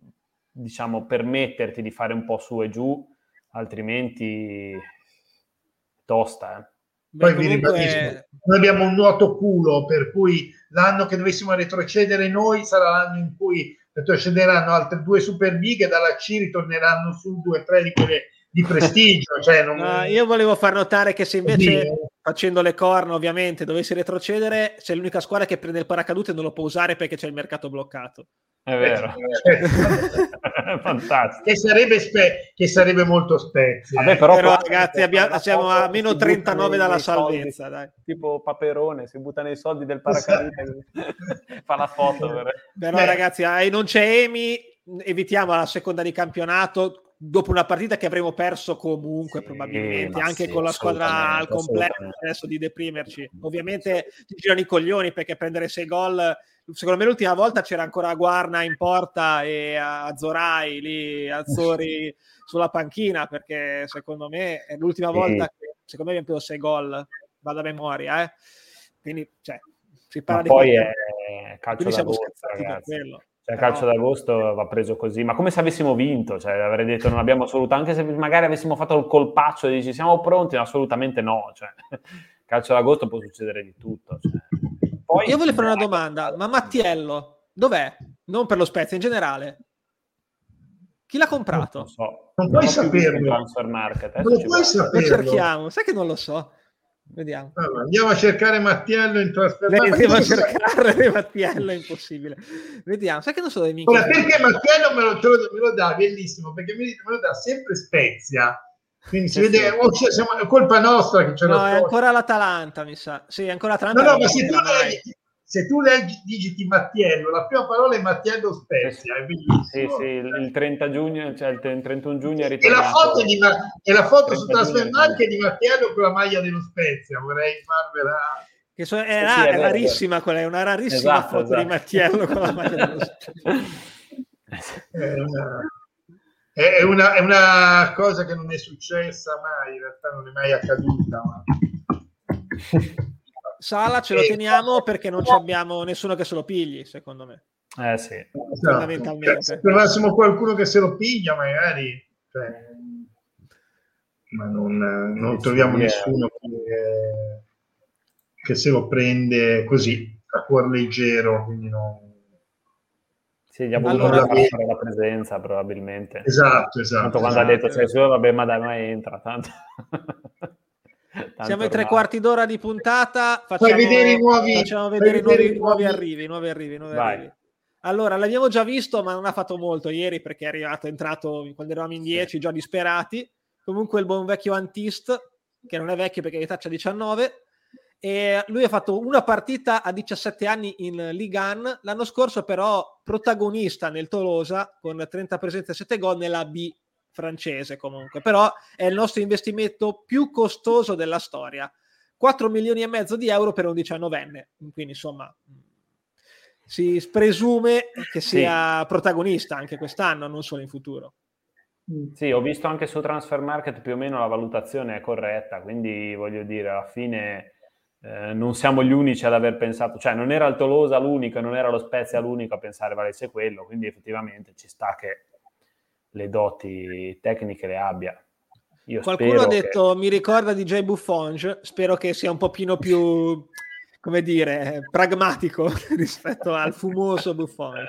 permetterti di fare un po' su e giù, altrimenti tosta. Poi vi ribadisco, noi abbiamo un nuoto culo, per cui l'anno che dovessimo retrocedere noi sarà l'anno in cui retrocederanno altre 2 Superbig e dalla C ritorneranno su 2 o 3 di quelle di prestigio. Io volevo far notare che se invece, facendo le corna ovviamente, dovessi retrocedere, c'è l'unica squadra che prende il paracadute e non lo può usare perché c'è il mercato bloccato. È vero. Fantastico. Che sarebbe molto Spezia. Vabbè, però ragazzi, siamo a meno 39 dalla salvezza. Soldi, dai. Tipo Paperone, si buttano i soldi del paracadute, fa la foto. Però ragazzi, non c'è Emi, evitiamo la seconda di campionato dopo una partita che avremo perso comunque, probabilmente anche con la squadra al completo, adesso di deprimerci. Ovviamente ti girano i coglioni, perché prendere 6 gol, secondo me l'ultima volta c'era ancora Guarna in porta e Azorai lì, Azzori sulla panchina, perché secondo me è l'ultima volta che secondo me abbiamo preso 6 gol, vado a memoria, quindi si parla di poi è calcio d'agosto, ragazzi. Calcio d'agosto va preso così, ma come se avessimo vinto, avrei detto non abbiamo anche se magari avessimo fatto il colpaccio e dici siamo pronti, assolutamente no, calcio d'agosto può succedere di tutto. Poi, io volevo fare una domanda, ma Mattiello dov'è? Non per lo Spezia, in generale. Chi l'ha comprato? Non so. Non puoi saperlo. Non puoi saperlo. Lo cerchiamo, sai che non lo so. Vediamo. Allora, andiamo a cercare Mattiello in trasferta. Andiamo a cercare Mattiello, è impossibile. Vediamo, sai che non so dove Ora, perché Mattiello me lo dà, bellissimo, perché me lo dà sempre Spezia. Quindi si vede, è colpa nostra che ce l'ho. No, è ancora l'Atalanta, mi sa. Sì, è ancora l'Atalanta. No, ma se tu digiti Mattiello, la prima parola è Mattiello Spezia, è bellissimo. Sì, il 30 giugno, il 31 giugno è ritornato. E la foto su Transfermarkt è di Mattiello con la maglia dello Spezia, vorrei farvela... È rarissima quella, è una rarissima foto di Mattiello con la maglia dello Spezia. È una cosa che non è successa mai, in realtà non è mai accaduta. Sala ce lo teniamo perché non abbiamo nessuno che se lo pigli, secondo me. Sì. Fondamentalmente. Se trovassimo qualcuno che se lo piglia, magari, ma non troviamo nessuno che se lo prende così a cuor leggero, quindi non... Sì, gli ha voluto fare la presenza, probabilmente. Esatto. Tanto quando ha detto vabbè, ma dai, ma entra, tanto... Siamo ai 3/4 d'ora di puntata. Facciamo vedere i nuovi arrivi. Allora, l'abbiamo già visto, ma non ha fatto molto ieri perché è entrato quando eravamo in 10, già disperati. Comunque il buon vecchio Antist, che non è vecchio perché in età c'ha 19, e lui ha fatto una partita a 17 anni in Ligue 1. L'anno scorso però protagonista nel Tolosa con 30 presenze e 7 gol nella B francese, comunque però è il nostro investimento più costoso della storia, 4,5 milioni di euro per un 19enne, quindi insomma si presume che sia protagonista anche quest'anno, non solo in futuro. Sì, ho visto anche su Transfermarkt più o meno la valutazione è corretta, quindi voglio dire, alla fine non siamo gli unici ad aver pensato, non era il Tolosa l'unico, non era lo Spezia l'unico a pensare valesse quello, quindi effettivamente ci sta che le doti tecniche le abbia. Qualcuno ha detto mi ricorda DJ Buffon, spero che sia un pochino più, come dire, pragmatico rispetto al fumoso Buffon.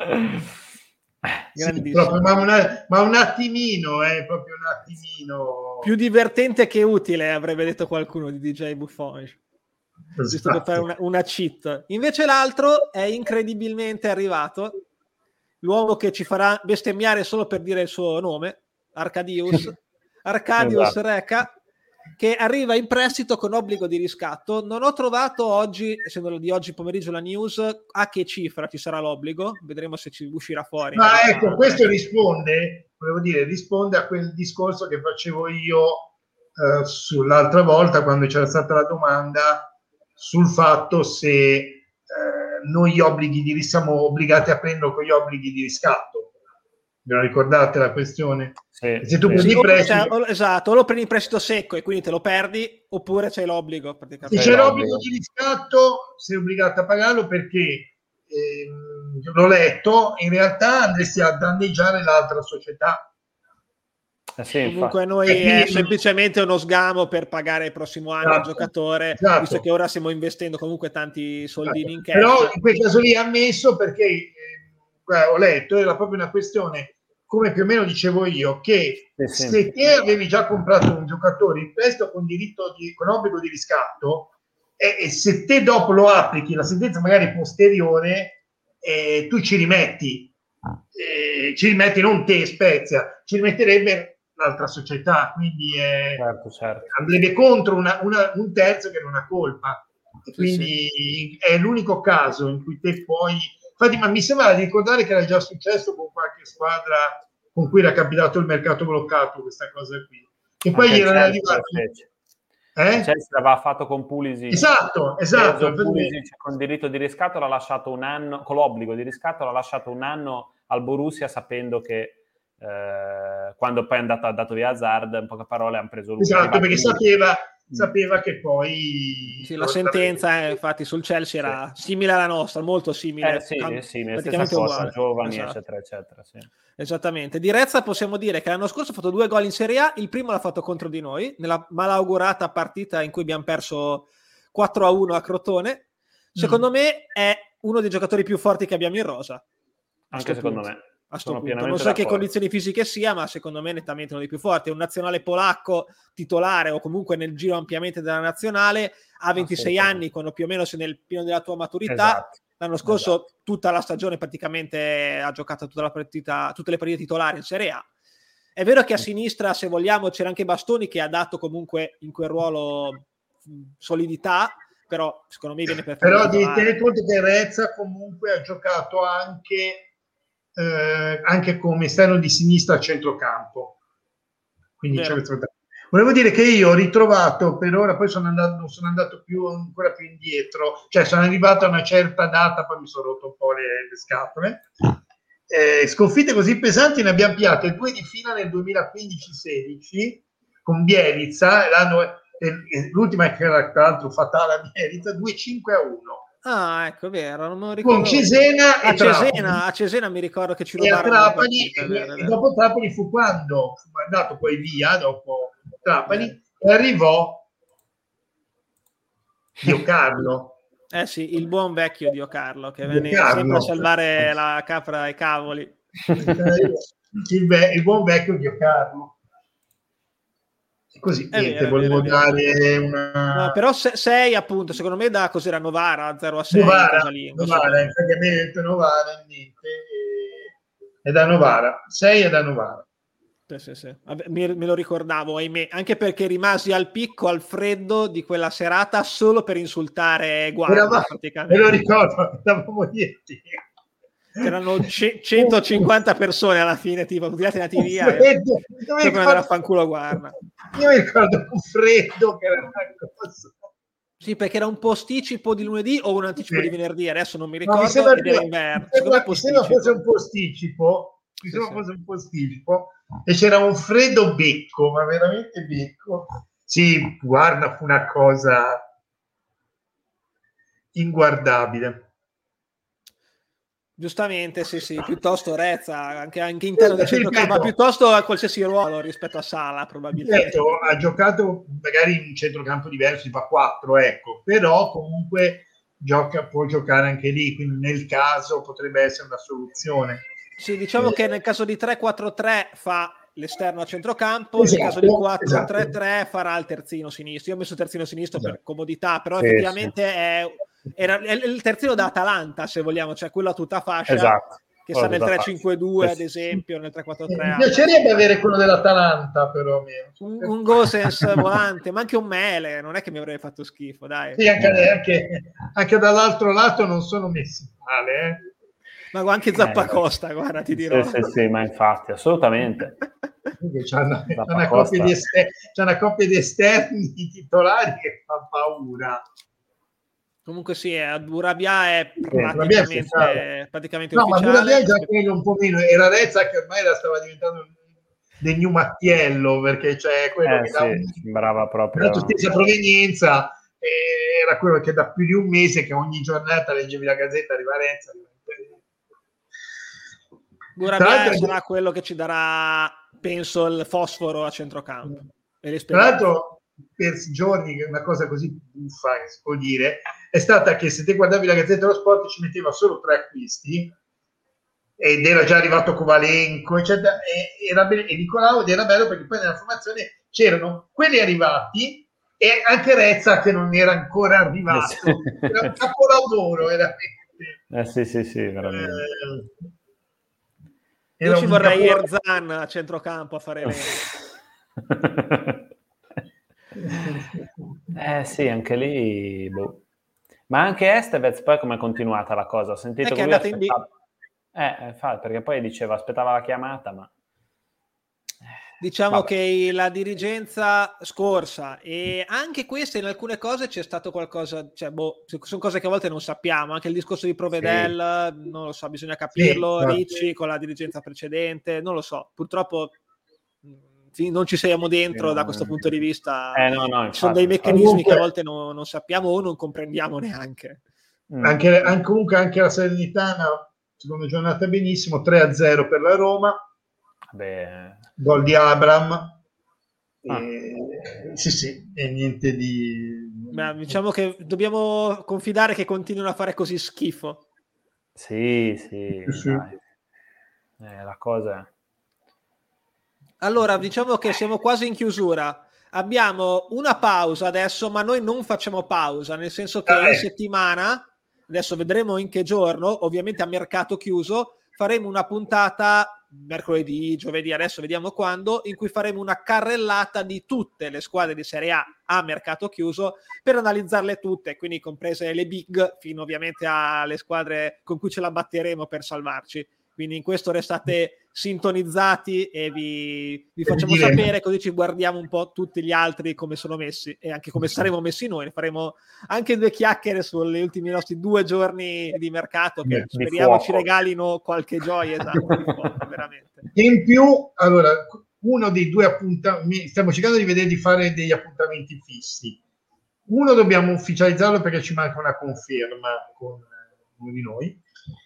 Sì, proprio, ma un attimino, proprio un attimino più divertente che utile, avrebbe detto qualcuno di DJ Buffon. Giusto per fare una cheat. Invece l'altro è incredibilmente arrivato, l'uomo che ci farà bestemmiare solo per dire il suo nome, Arcadius esatto. Reca, che arriva in prestito con obbligo di riscatto. Non ho trovato oggi, essendo di oggi pomeriggio la news, a che cifra ci sarà l'obbligo, vedremo se ci uscirà fuori. Ma ecco, questo risponde a quel discorso che facevo io sull'altra volta, quando c'era stata la domanda sul fatto se noi siamo obbligati a prendere con gli obblighi di riscatto. Ve lo ricordate la questione? Sì, se tu prendi prestito, esatto, o lo prendi in prestito secco e quindi te lo perdi, oppure c'è l'obbligo praticamente. Se c'è l'obbligo di riscatto sei obbligato a pagarlo, perché l'ho letto, in realtà andresti a danneggiare l'altra società. Sì, comunque noi è semplicemente uno sgamo per pagare il prossimo anno il giocatore, visto che ora stiamo investendo comunque tanti soldini in cash. Però in quel caso lì ha ammesso, perché ho letto, era proprio una questione, come più o meno dicevo io, che se te avevi già comprato un giocatore in prestito con obbligo di riscatto, e se te dopo lo applichi la sentenza magari posteriore, tu ci rimetti non te Spezia, ci rimetterebbe l'altra società, quindi certo. andrebbe contro un terzo che non ha colpa, quindi è l'unico caso in cui te puoi. Infatti, ma mi sembra di ricordare che era già successo con qualche squadra con cui era capitato il mercato bloccato, questa cosa qui. Che poi gli era arrivato. Chelsea l'aveva fatto con Pulisic. Esatto. Pulisic con diritto di riscatto l'ha lasciato un anno, con l'obbligo di riscatto l'ha lasciato un anno al Borussia, sapendo che quando poi ha dato via Hazard, in poche parole hanno preso lui. Esatto, perché sapeva che poi la sentenza infatti sul Chelsea era simile alla nostra, molto simile, praticamente uguale, giovani, eccetera. Esattamente. Di Rezza possiamo dire che l'anno scorso ha fatto 2 gol in Serie A, il primo l'ha fatto contro di noi nella malaugurata partita in cui abbiamo perso 4-1 a Crotone. Secondo me è uno dei giocatori più forti che abbiamo in rosa. Anche secondo me. A sto punto. Non so che condizioni fisiche sia, ma secondo me nettamente uno dei più forti. È un nazionale polacco titolare, o comunque nel giro ampiamente della nazionale, ha 26 anni, quando più o meno sei nel pieno della tua maturità. Esatto. L'anno scorso tutta la stagione praticamente ha giocato tutte le partite titolari in Serie A. È vero che a sinistra, se vogliamo, c'era anche Bastoni, che ha dato comunque in quel ruolo solidità, però secondo me viene perfetto. Però di tenere conto che Rezza comunque ha giocato anche come esterno di sinistra a centrocampo, quindi volevo dire che io ho ritrovato per ora, poi sono andato ancora più indietro, cioè sono arrivato a una certa data, poi mi sono rotto un po' le scatole. Sconfitte così pesanti ne abbiamo piate 2 di fila nel 2015-16 con Bielitsa, l'ultima che era tra l'altro fatale a Bielitsa, 2-5-1. Ah, ecco, vero, non me lo ricordo. Con Cesena a Cesena mi ricordo che ci rubarono Trapani, e dopo Trapani fu quando fu andato poi via, dopo Trapani, e arrivò Dio Carlo. Sì, il buon vecchio Dio Carlo, che venne sempre a salvare la capra ai cavoli. Il buon vecchio Dio Carlo. Così, volevo dare una... No, però 6 appunto, secondo me da cos'era Novara, 0-6. Novara, infatti a me ha detto Novara, niente, è da Novara, 6 è da Novara. Sì. Vabbè, me lo ricordavo, ahimè, anche perché rimasi al picco, al freddo di quella serata solo per insultare Guarda, praticamente. Me lo ricordo, eravamo diretti. C'erano 150 persone alla fine, tipo, tutti andati via. Come andare a fanculo Guarda. Io mi ricordo un freddo che era una cosa. Sì, perché era un posticipo di lunedì o un anticipo di venerdì, adesso non mi ricordo. Mi sembra fosse un posticipo e c'era un freddo becco, ma veramente becco. Sì, Guarda, fu una cosa inguardabile. Giustamente, sì, piuttosto Rezza, anche interno del centrocampo, ma piuttosto a qualsiasi ruolo rispetto a Sala, probabilmente. Ha giocato magari in un centrocampo diverso, tipo a 4, ecco, però comunque può giocare anche lì, quindi nel caso potrebbe essere una soluzione. Sì, diciamo che nel caso di 3-4-3 fa l'esterno a centrocampo, nel caso di 4-3-3 farà il terzino sinistro. Io ho messo terzino sinistro per comodità, però effettivamente era il terzino da Atalanta, se vogliamo, cioè quello a tutta fascia, che sta nel 3-5-2 ad esempio, nel 3-4-3. Mi piacerebbe avere quello dell'Atalanta, però un Gosens volante, ma anche un Mele, non è che mi avrebbe fatto schifo, dai. Sì, anche dall'altro lato non sono messi male, ma anche Zappacosta, guarda, ti dirò. Sì, ma infatti, assolutamente. C'è una coppia di esterni titolari che fa paura. Comunque sì, Burabia è praticamente no, ufficiale. Ma Burabia è già quello un po' meno, era Rezza che ormai stava diventando del Mattiello, perché c'è quello che sembrava proprio la stessa provenienza, era quello che da più di un mese che ogni giornata leggevi la Gazzetta di Varenza. Burabia sarà quello che ci darà, penso, il fosforo a centrocampo. Tra l'altro, per giorni, una cosa così buffa che si può dire, è stata che se te guardavi la Gazzetta dello Sport ci metteva solo 3 acquisti ed era già arrivato Kovalenko, eccetera, e Nicolao, ed era bello perché poi nella formazione c'erano quelli arrivati e anche Rezza che non era ancora arrivato. Era un capolavoro, veramente. Sì, veramente. Io ci vorrei Erzan a centrocampo a fare sì, anche lì ma anche Estevez poi come è continuata la cosa? Ho sentito che lui aspettava perché poi diceva aspettava la chiamata, ma diciamo che la dirigenza scorsa e anche queste in alcune cose c'è stato qualcosa, cioè sono cose che a volte non sappiamo, anche il discorso di Provedel, non lo so, bisogna capirlo, Ricci con la dirigenza precedente, non lo so, purtroppo non ci siamo dentro da questo punto di vista, ci sono dei meccanismi che a volte non sappiamo o non comprendiamo neanche. Comunque anche la Salernitana, seconda giornata benissimo, 3-0 per la Roma. Gol di Abram, sì, e niente di. Diciamo che dobbiamo confidare che continuino a fare così schifo. Sì. La cosa è. Allora, diciamo che siamo quasi in chiusura. Abbiamo una pausa adesso, ma noi non facciamo pausa, nel senso che in settimana, adesso vedremo in che giorno, ovviamente a mercato chiuso, faremo una puntata mercoledì, giovedì, adesso vediamo quando, in cui faremo una carrellata di tutte le squadre di Serie A mercato chiuso per analizzarle tutte, quindi comprese le big, fino ovviamente alle squadre con cui ce la batteremo per salvarci. Quindi in questo restate sintonizzati e vi facciamo sapere, così ci guardiamo un po' tutti gli altri come sono messi e anche come saremo messi noi. Faremo anche 2 chiacchiere sugli ultimi nostri 2 giorni di mercato che speriamo ci regalino qualche gioia, veramente. E in più, allora, uno dei 2 appuntamenti, stiamo cercando di vedere di fare degli appuntamenti fissi. Uno dobbiamo ufficializzarlo perché ci manca una conferma con uno di noi.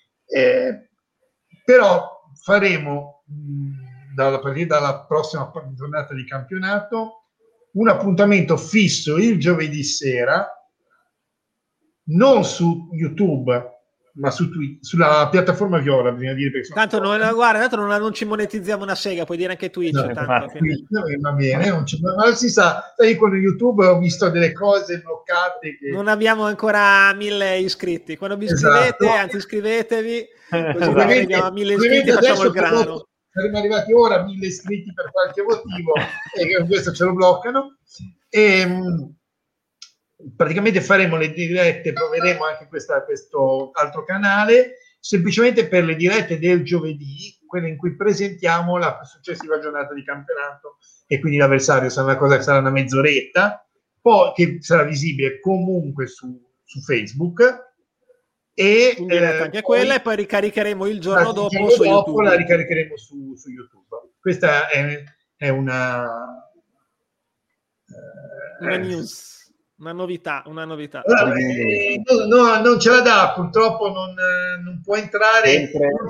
Però faremo a partire dalla prossima giornata di campionato un appuntamento fisso il giovedì sera, non su YouTube ma sulla piattaforma Viola, bisogna dire, perché tanto non ci monetizziamo una sega, puoi dire anche Twitch, va bene, non si sa, con YouTube ho visto delle cose bloccate che... non abbiamo ancora 1000 iscritti, quando vi iscrivete, anzi iscrivetevi, così arriviamo a 1000 iscritti e facciamo il grano. Saremo arrivati ora a 1000 iscritti per qualche motivo e questo ce lo bloccano, e praticamente faremo le dirette, proveremo anche questo altro canale semplicemente per le dirette del giovedì, quelle in cui presentiamo la successiva giornata di campionato e quindi l'avversario sarà una mezz'oretta, poi che sarà visibile comunque su Facebook e in diretta anche quella, e poi ricaricheremo il giorno dopo su YouTube. La ricaricheremo su YouTube. Questa è una news. Una novità. Allora, non ce la dà, purtroppo non può entrare, non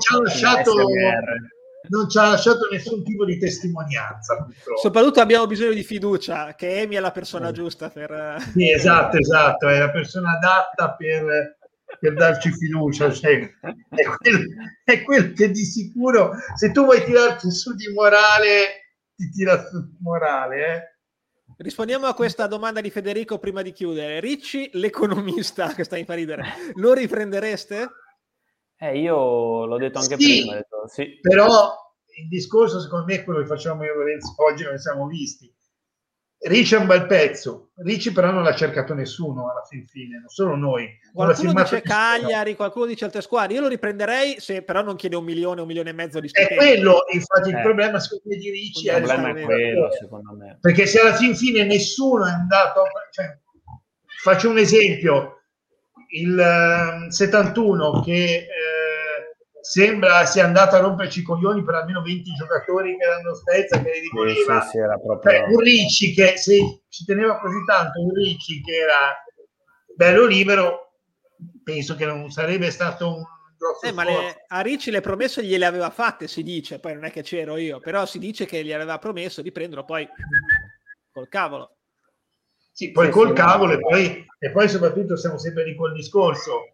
ci ha lasciato nessun tipo di testimonianza, purtroppo. Soprattutto abbiamo bisogno di fiducia, che Amy è la persona giusta per... Sì, esatto, è la persona adatta per darci fiducia, cioè, è quello che di sicuro, se tu vuoi tirarti su di morale, ti tira su di morale, Rispondiamo a questa domanda di Federico prima di chiudere. Ricci, l'economista, che sta in fa ridere, lo riprendereste? Io l'ho detto anche prima. Sì. Però il discorso, secondo me, è quello che facciamo io e Lorenzo oggi, non ne siamo visti. Ricci è un bel pezzo, Ricci però non l'ha cercato nessuno alla fine, non solo noi. Qualcuno dice Cagliari, qualcuno dice altre squadre. Io lo riprenderei se però non chiede 1 milione, 1,5 milioni di stipendio. È quello, infatti, il problema secondo me di Ricci è quello, secondo me. Perché se alla fine nessuno è andato, cioè, faccio un esempio, il 71 che sembra sia andato a romperci i coglioni per almeno 20 giocatori che erano Spezia, che li riponeva. Sì, era proprio... un Ricci che se ci teneva così tanto, un Ricci che era bello libero, penso che non sarebbe stato un grosso ma a Ricci le promesse gliele aveva fatte, si dice, poi non è che c'ero io, però si dice che gli aveva promesso di prenderlo poi col cavolo. Sì, poi col cavolo e poi soprattutto siamo sempre di quel discorso.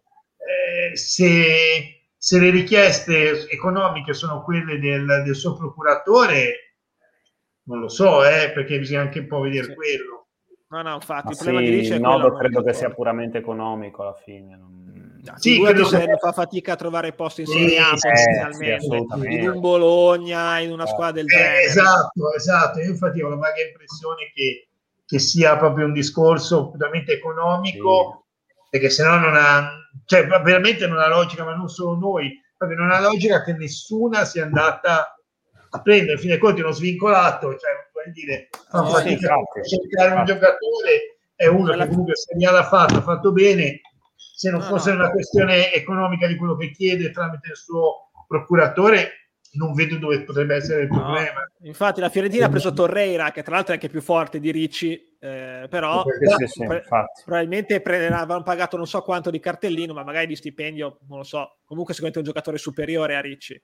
Se le richieste economiche sono quelle del suo procuratore, non lo so, perché bisogna anche un po' vedere quello. No, infatti, il problema di Ricci è quello. Credo che sia puramente economico alla fine. Credo che fa fatica a trovare posti in Serie A potenzialmente, in un Bologna, in una squadra del genere. Esatto. Io infatti ho la vaga impressione che sia proprio un discorso puramente economico, perché sennò non ha, cioè veramente non ha logica, ma non solo noi, proprio non ha logica che nessuna sia andata a prendere, in fin dei conti uno svincolato, cioè vuol dire fa fatica a cercare un giocatore, è uno che comunque l'ha fatto bene, se non fosse una questione economica di quello che chiede tramite il suo procuratore, non vedo dove potrebbe essere il problema. Infatti la Fiorentina ha preso Torreira, che tra l'altro è anche più forte di Ricci, però probabilmente avevano pagato non so quanto di cartellino, ma magari di stipendio, non lo so, comunque sicuramente è un giocatore superiore a Ricci.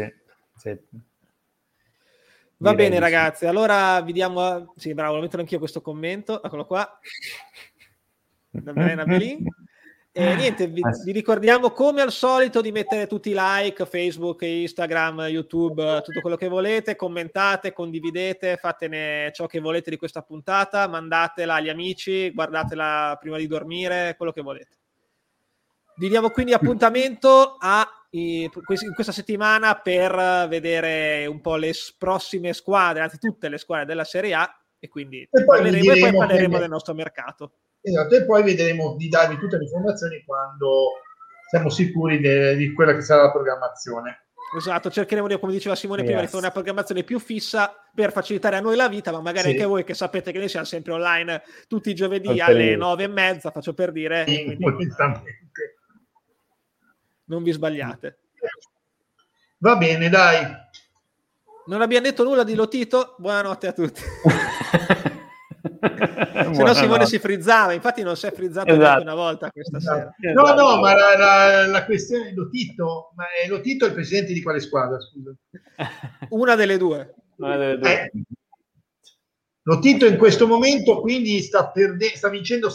Va bene ragazzi, allora vi diamo... Sì, bravo, lo metto anch'io questo commento, eccolo qua. Da Belen Abelin. E niente, vi ricordiamo come al solito di mettere tutti i like, Facebook, Instagram, YouTube, tutto quello che volete, commentate, condividete, fatene ciò che volete di questa puntata, mandatela agli amici, guardatela prima di dormire, quello che volete. Vi diamo quindi appuntamento in questa settimana per vedere un po' le prossime squadre, anzi tutte le squadre della Serie A, e quindi poi parleremo del nostro mercato. Esatto, e poi vedremo di darvi tutte le informazioni quando siamo sicuri di quella che sarà la programmazione. Esatto, cercheremo, come diceva Simone prima, di fare una programmazione più fissa per facilitare a noi la vita, ma magari anche voi che sapete che noi siamo sempre online tutti i giovedì alle 9:30, faccio per dire, non vi sbagliate. Va bene, dai. Non abbiamo detto nulla di Lotito, buonanotte a tutti. Se no Simone si frizzava, infatti non si è frizzato neanche una volta questa sera. No, ma la questione è Lotito, ma è Lotito il presidente di quale squadra, scusa? Una delle due. Lotito in questo momento quindi sta vincendo 6-5.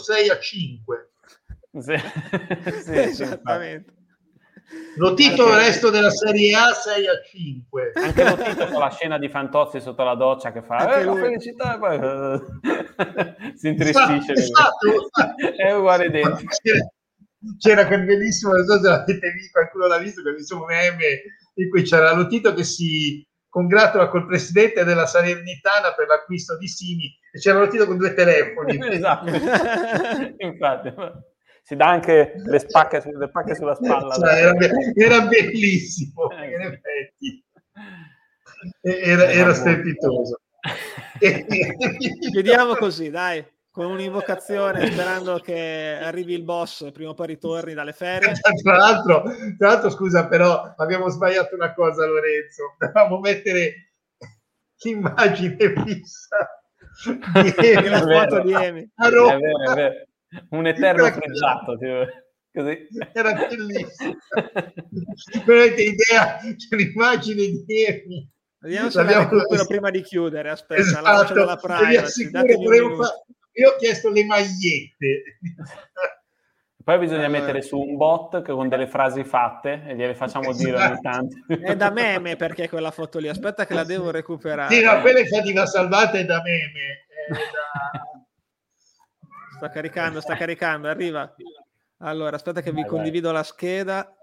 Sì, esattamente. Lotito il resto della Serie A 6-5. Anche Lotito con la scena di Fantozzi sotto la doccia che fa la felicità, poi si intristisce. Esatto. È uguale dentro. C'era quel bellissimo, non so se l'avete visto, qualcuno l'ha visto, quel bellissimo meme in cui c'era Lotito che si congratula col presidente della Salernitana per l'acquisto di Simi e c'era Lotito con 2 telefoni. Esatto. Infatti si dà anche le pacche sulla spalla. Era bellissimo, in effetti. Era strepitoso. Chiudiamo così, dai, con un'invocazione, sperando che arrivi il boss prima o poi ritorni dalle ferie. Tra l'altro, scusa, però abbiamo sbagliato una cosa, Lorenzo. Dovevamo mettere l'immagine fissa La foto di Emi. È vero. Un eterno pregiato, così. Era bellissimo. Non avete idea, c'è l'immagine di Emi. Vediamo se la recupero prima di chiudere. Aspetta, esatto, la faccio della privacy. Io ho chiesto le magliette. Poi bisogna mettere su un bot con delle frasi fatte e gliele facciamo dire ogni tanto. È da meme perché quella foto lì. Aspetta che la devo recuperare. Sì, no, quella infatti va salvata, è da meme. Sta caricando, arriva. Allora, aspetta che vi condivido la scheda.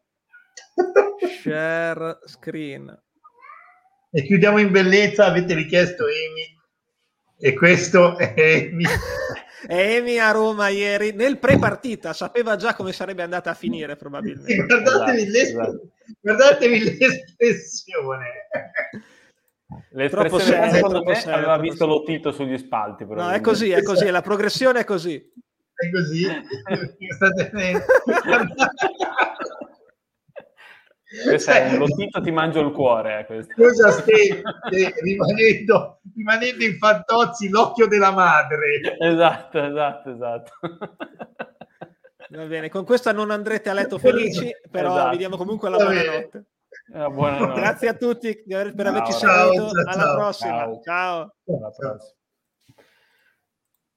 Share screen. E chiudiamo in bellezza. Avete richiesto Emi. E questo è Emi. Emi a Roma ieri nel pre-partita sapeva già come sarebbe andata a finire probabilmente. Guardatevi l'espressione. L'espressione aveva visto Lotito sugli spalti. No, è così, la progressione è così. È così. Questo è un Lotito ti mangio il cuore. Cosa stai rimanendo in Fantozzi, l'occhio della madre. Esatto. Va bene, con questa non andrete a letto felici, però vi diamo comunque la buonanotte. Buonanotte. Grazie a tutti per averci seguito. Alla prossima. Ciao. Alla prossima.